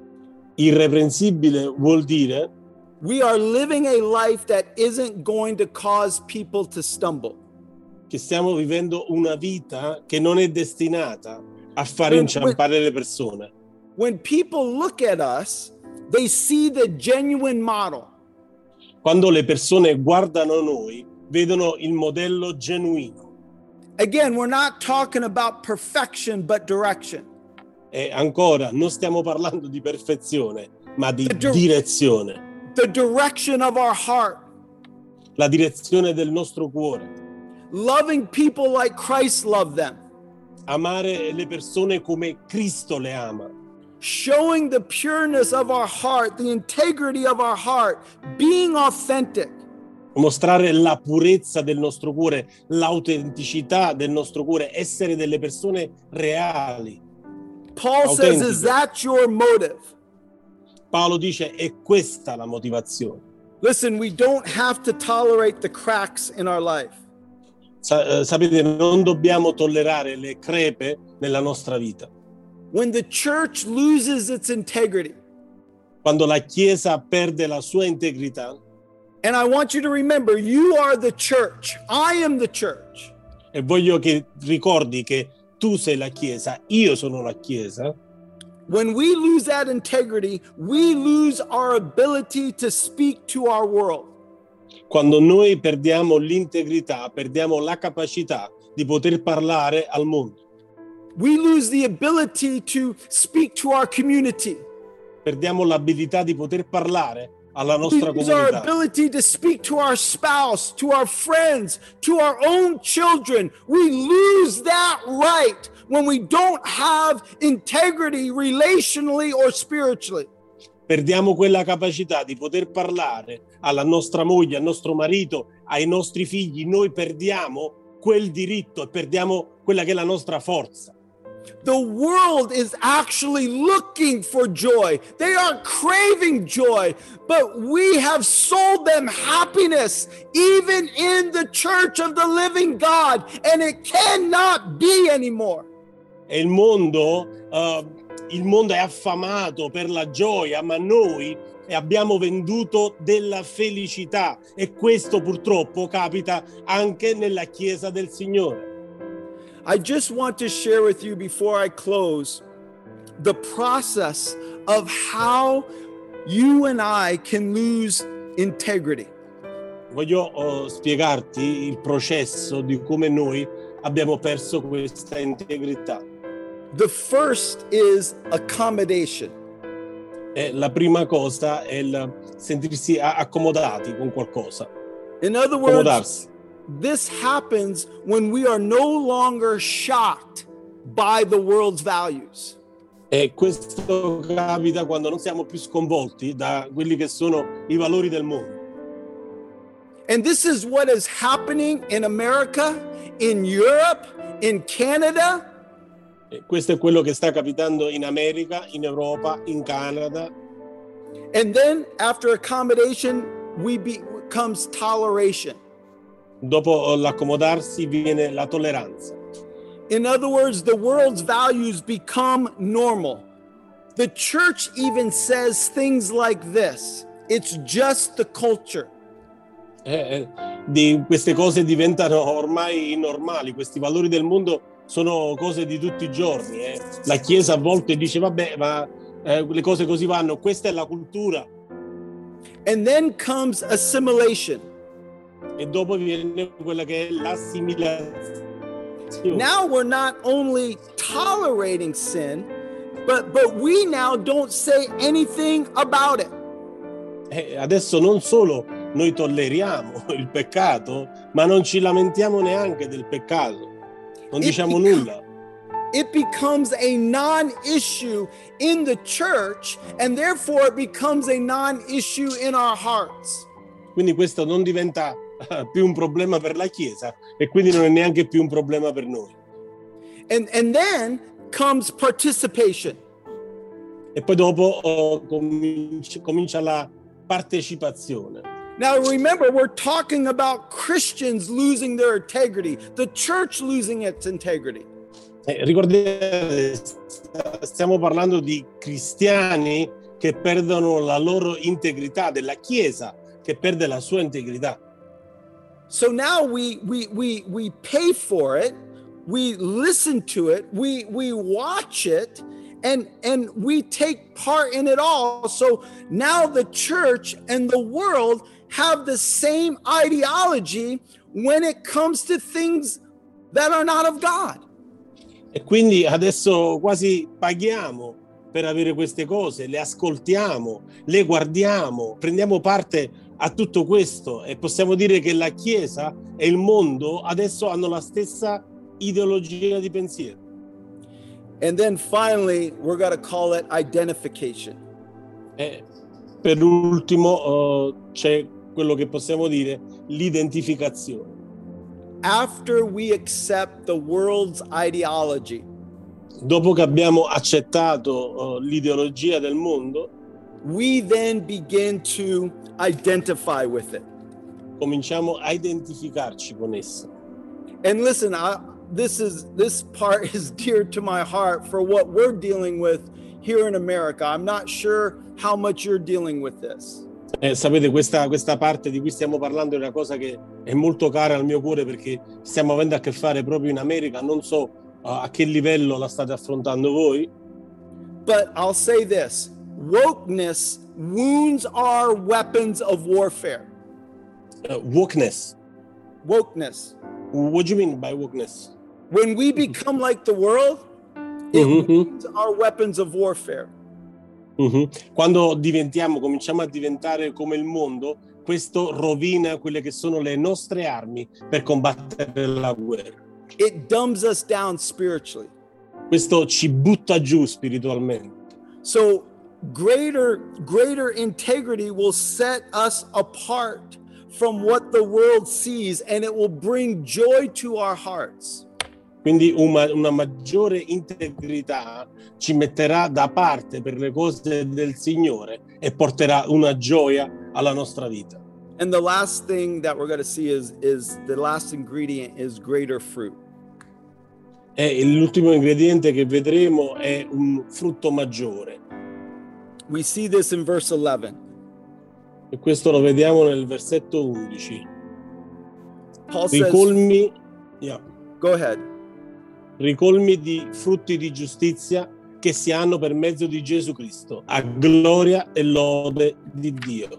Irreprensibile vuol dire we are living a life that isn't going to cause people to stumble. che stiamo vivendo una vita che non è destinata a fare When- inciampare le persone. When people look at us, they see the genuine model. Quando le persone guardano noi, vedono il modello genuino. Again, we're not talking about perfection, but direction. E ancora, non stiamo parlando di perfezione, ma di Dir- direzione. The direction of our heart, La direzione del nostro cuore. loving people like Christ loved them, Amare le persone come Cristo le ama. showing the pureness of our heart, the integrity of our heart, being authentic. Mostrare la purezza del nostro cuore, l'autenticità del nostro cuore, essere delle persone reali. Paul says, Autentico. is that your motive? Paolo dice, è questa la motivazione. Listen, we don't have to tolerate the cracks in our life. Sa- eh, sapete, non dobbiamo tollerare le crepe nella nostra vita. When the church loses its integrity, Quando la Chiesa perde la sua integrità, and I want you to remember, you are the church. I am the church. e voglio che ricordi che tu sei la Chiesa, io sono la Chiesa, When we lose that integrity, we lose our ability to speak to our world. quando noi perdiamo l'integrità, perdiamo la capacità di poter parlare al mondo, We lose the ability to speak to our community. perdiamo l'abilità di poter parlare alla We nostra lose our comunità, ability to speak to our spouse, to our friends, to our own children. We lose that right when we don't have integrity relationally or spiritually. perdiamo quella capacità di poter parlare alla nostra moglie, al nostro marito, ai nostri figli. Noi perdiamo quel diritto e perdiamo quella che è la nostra forza. The world is actually looking for joy. They are craving joy, but we have sold them happiness even in the church of the living God, and it cannot be anymore. E il mondo, eh, il mondo è affamato per la gioia, ma noi abbiamo venduto della felicità, e questo purtroppo capita anche nella Chiesa del Signore. I just want to share with you before I close the process of how you and I can lose integrity. Voglio oh, spiegarti il processo di come noi abbiamo perso questa integrità. The first is accommodation. E la prima cosa è il sentirsi a- accomodati con qualcosa, In other words, accomodarsi. this happens when we are no longer shocked by the world's values. E questo capita quando non siamo più sconvolti da quelli che sono i valori del mondo. And this is what is happening in America, in Europe, in Canada. E questo è quello che sta capitando in America, in Europa, in Canada. And then after accommodation, we be, comes toleration. Dopo l'accomodarsi viene la tolleranza. In other words, the world's values become normal. The church even says things like this: it's just the culture. Eh, eh, di queste cose diventano ormai normali, questi valori del mondo sono cose di tutti i giorni. eh. La Chiesa a volte dice vabbè, ma eh, le cose così vanno, questa è la cultura. And then comes assimilation. E dopo viene quella che è l'assimilazione. Now we're not only tolerating sin, but but we now don't say anything about it. Eh, adesso non solo noi tolleriamo il peccato, ma non ci lamentiamo neanche del peccato. non it diciamo become- nulla. it becomes a non-issue in the church, and therefore it becomes a non-issue in our hearts. Quindi questo non diventa eh, più un problema per la Chiesa e quindi non è neanche più un problema per noi. And, and then comes participation. E poi dopo oh, comincia, comincia la partecipazione. Now remember, we're talking about Christians losing their integrity, the church losing its integrity. Eh, ricordate, stiamo parlando di cristiani che perdono la loro integrità, della Chiesa che perde la sua integrità. So now we we we we pay for it, we listen to it, we we watch it, and and we take part in it all. So now the church and the world have the same ideology when it comes to things that are not of God. E quindi adesso quasi paghiamo per avere queste cose, le ascoltiamo, le guardiamo, prendiamo parte a tutto questo e possiamo dire che la Chiesa e il mondo adesso hanno la stessa ideologia di pensiero. And then finally, we're going to call it identification. E per ultimo uh, c'è quello che possiamo dire l'identificazione. After we accept the world's ideology, Dopo che abbiamo accettato uh, l'ideologia del mondo, we then begin to identify with it. cominciamo a identificarci con essa. And listen, I, this is this part is dear to my heart for what we're dealing with here in America. I'm not sure how much you're dealing with this. Eh, sapete, questa, questa parte di cui stiamo parlando è una cosa che è molto cara al mio cuore perché stiamo avendo a che fare proprio in America. Non so uh, a che livello la state affrontando voi, But I'll say this, wokeness wounds our weapons of warfare. uh, wokeness. Wokeness. What do you mean by wokeness? When we become like the world, it Mhm. wounds our weapons of warfare. Mhm. Quando diventiamo, cominciamo a diventare come il mondo, questo rovina quelle che sono le nostre armi per combattere la guerra. It dumbs us down spiritually. Questo ci butta giù spiritualmente. So greater greater integrity will set us apart from what the world sees, and it will bring joy to our hearts. Quindi una, una maggiore integrità ci metterà da parte per le cose del Signore e porterà una gioia alla nostra vita. And the last thing that we're going to see is is the last ingredient is greater fruit. E l'ultimo ingrediente che vedremo è un frutto maggiore. We see this in verse eleven. E questo lo vediamo nel versetto undici. Paul says, Ricolmi, yeah, go ahead. ricolmi di frutti di giustizia che si hanno per mezzo di Gesù Cristo, a gloria e lode di Dio.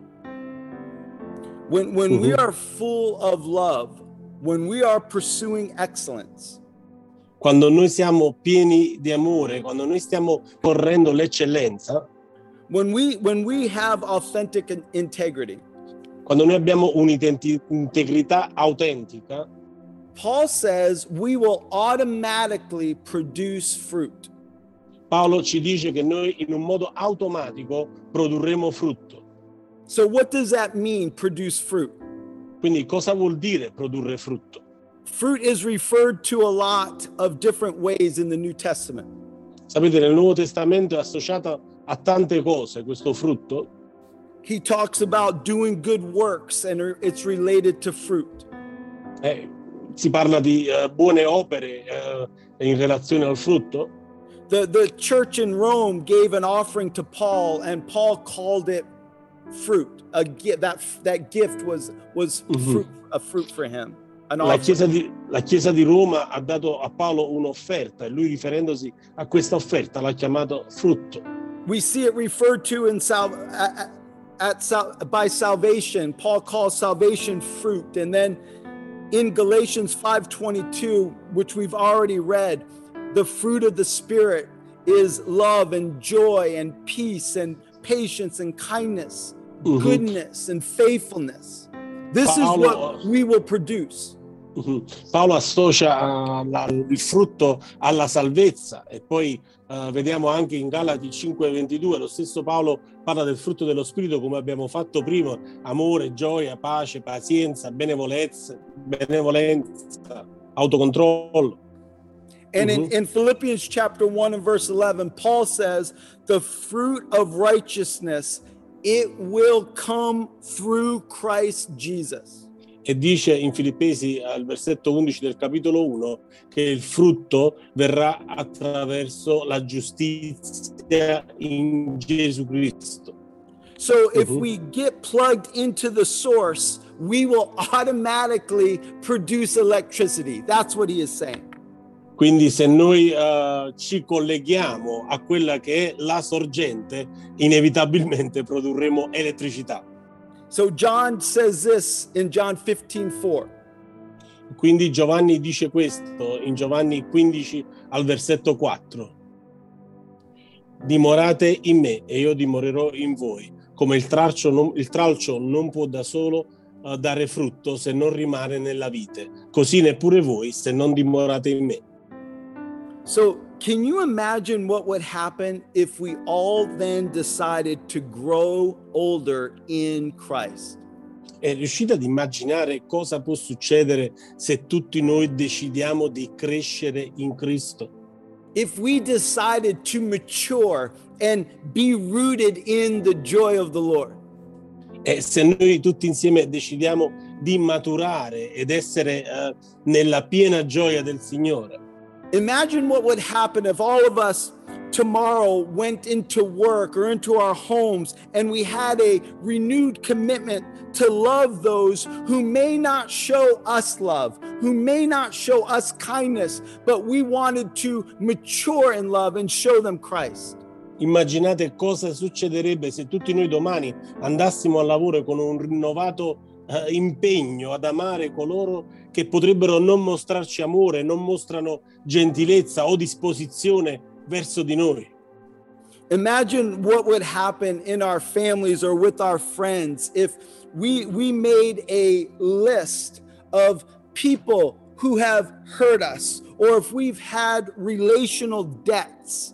When when we Mhm. are full of love, when we are pursuing excellence, Quando noi siamo pieni di amore, quando noi stiamo correndo l'eccellenza, when we when we have authentic in- integrity, quando noi abbiamo un'integrità autentica, Paul says we will automatically produce fruit. Paolo ci dice che noi in un modo automatico produrremo frutto. So what does that mean, produce fruit? Quindi cosa vuol dire produrre frutto? Fruit is referred to a lot of different ways in the New Testament. Sapete, nel Nuovo Testamento è associato a tante cose questo frutto. He talks about doing good works and it's related to fruit. Eh, si parla di eh, buone opere eh, in relazione al frutto. The, the church in Rome gave an offering to Paul and Paul called it fruit. A gift, that, that gift was, was Mhm. fruit, a fruit for him. An La offering. Chiesa, di, la Chiesa di Roma ha dato a Paolo un'offerta e lui, riferendosi a questa offerta, l'ha chiamato frutto. We see it referred to in sal- at, at sal- by salvation. Paul calls salvation fruit. And then in Galatians five twenty-two, which we've already read, the fruit of the Spirit is love and joy and peace and patience and kindness, Mhm. goodness and faithfulness. This is Paolo- what we will produce. Mhm. Paolo associa uh, la- il frutto alla salvezza e poi uh, vediamo anche in Galati cinque ventidue lo stesso Paolo parla del frutto dello spirito come abbiamo fatto prima: amore, gioia, pace, pazienza, benevolenza, benevolenza, autocontrollo. And in, Mhm. in Philippians chapter one and verse eleven, Paul says, the fruit of righteousness, it will come through Christ Jesus. E dice in Filippesi al versetto undici del capitolo uno che il frutto verrà attraverso la giustizia in Gesù Cristo. So if Mhm. we get plugged into the source, we will automatically produce electricity. That's what he is saying. Quindi se noi uh, ci colleghiamo a quella che è la sorgente, inevitabilmente produrremo elettricità. So John says this in John fifteen four. Quindi Giovanni dice questo in Giovanni quindici al versetto quattro. Dimorate in me e io dimorerò in voi. Come il tralcio non, il tralcio non può da solo uh, dare frutto se non rimane nella vite, così neppure voi se non dimorate in me. So can you imagine what would happen if we all then decided to grow older in Christ? E riuscite ad immaginare cosa può succedere se tutti noi decidiamo di crescere in Cristo? If we decided to mature and be rooted in the joy of the Lord. E se noi tutti insieme decidiamo di maturare ed essere uh, nella piena gioia del Signore. Imagine what would happen if all of us tomorrow went into work or into our homes and we had a renewed commitment to love those who may not show us love, who may not show us kindness, but we wanted to mature in love and show them Christ. Immaginate cosa succederebbe se tutti noi domani andassimo al lavoro con un rinnovato eh, impegno ad amare coloro che potrebbero non mostrarci amore, non mostrano gentilezza o disposizione verso di noi. Imagine what would happen in our families or with our friends if we we made a list of people who have hurt us or if we've had relational debts.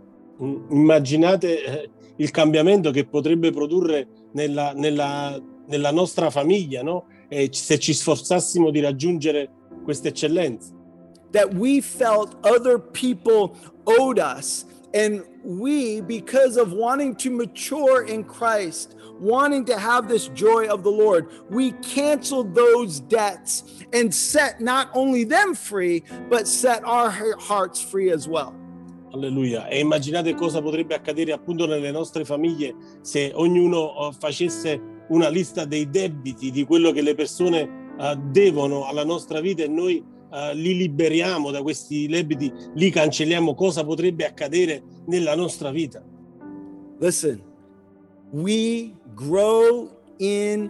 Immaginate eh, il cambiamento che potrebbe produrre nella, nella, nella nostra famiglia, no? E se ci sforzassimo di raggiungere queste eccellenze. That we felt other people owed us, and we, because of wanting to mature in Christ, wanting to have this joy of the Lord, we canceled those debts and set not only them free, but set our hearts free as well. Alleluia. E immaginate cosa potrebbe accadere appunto nelle nostre famiglie se ognuno facesse una lista dei debiti, di quello che le persone uh, devono alla nostra vita e noi uh, li liberiamo da questi debiti, li cancelliamo. Cosa potrebbe accadere nella nostra vita? Listen, we grow in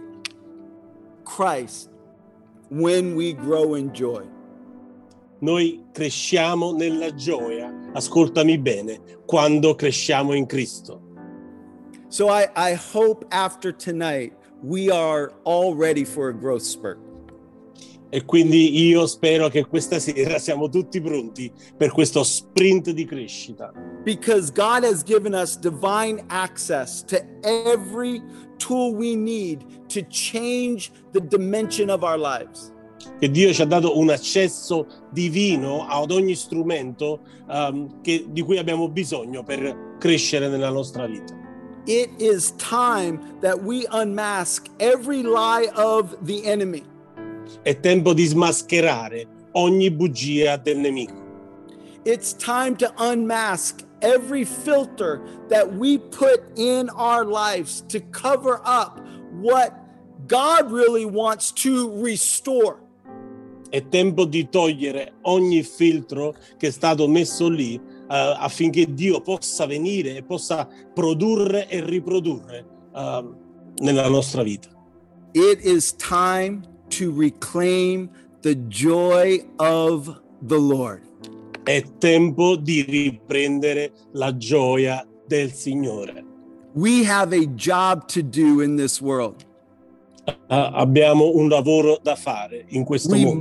Christ when we grow in joy. Noi cresciamo nella gioia, ascoltami bene, quando cresciamo in Cristo. So I, I hope after tonight we are all ready for a growth spurt. E quindi io spero che questa sera siamo tutti pronti per questo sprint di crescita. Because God has given us divine access to every tool we need to change the dimension of our lives. Che Dio ci ha dato un accesso divino ad ogni strumento um, che, di cui abbiamo bisogno per crescere nella nostra vita. It is time that we unmask every lie of the enemy. È tempo di smascherare ogni bugia del nemico. It's time to unmask every filter that we put in our lives to cover up what God really wants to restore. È tempo di togliere ogni filtro che è stato messo lì uh, affinché Dio possa venire e possa produrre e riprodurre uh, nella nostra vita. It is time to reclaim the joy of the Lord. È tempo di riprendere la gioia del Signore. We have a job to do in this world. Uh, abbiamo un lavoro da fare in questo We, mondo.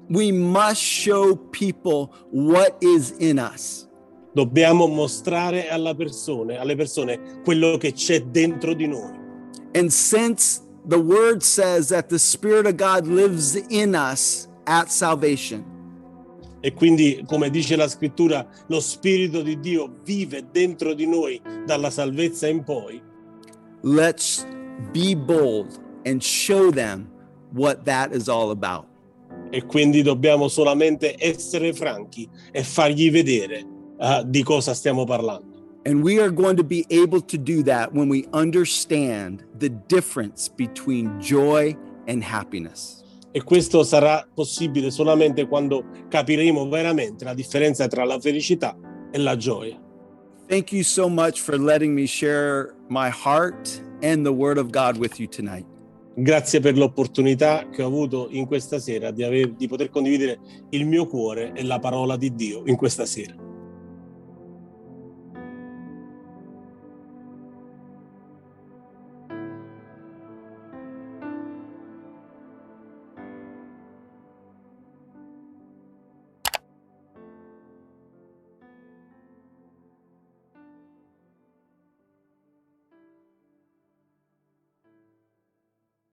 We must show people what is in us. Dobbiamo mostrare alla persone, alle persone quello che c'è dentro di noi. And since the word says that the Spirit of God lives in us at salvation, E quindi, come dice la scrittura, lo Spirito di Dio vive dentro di noi dalla salvezza in poi. let's be bold and show them what that is all about. E quindi dobbiamo solamente essere franchi e fargli vedere uh, di cosa stiamo parlando. And we are going to be able to do that when we understand the difference between joy and happiness. E questo sarà possibile solamente quando capiremo veramente la differenza tra la felicità e la gioia. Thank you so much for letting me share my heart and the Word of God with you tonight. Grazie per l'opportunità che ho avuto in questa sera di, aver, di poter condividere il mio cuore e la parola di Dio in questa sera.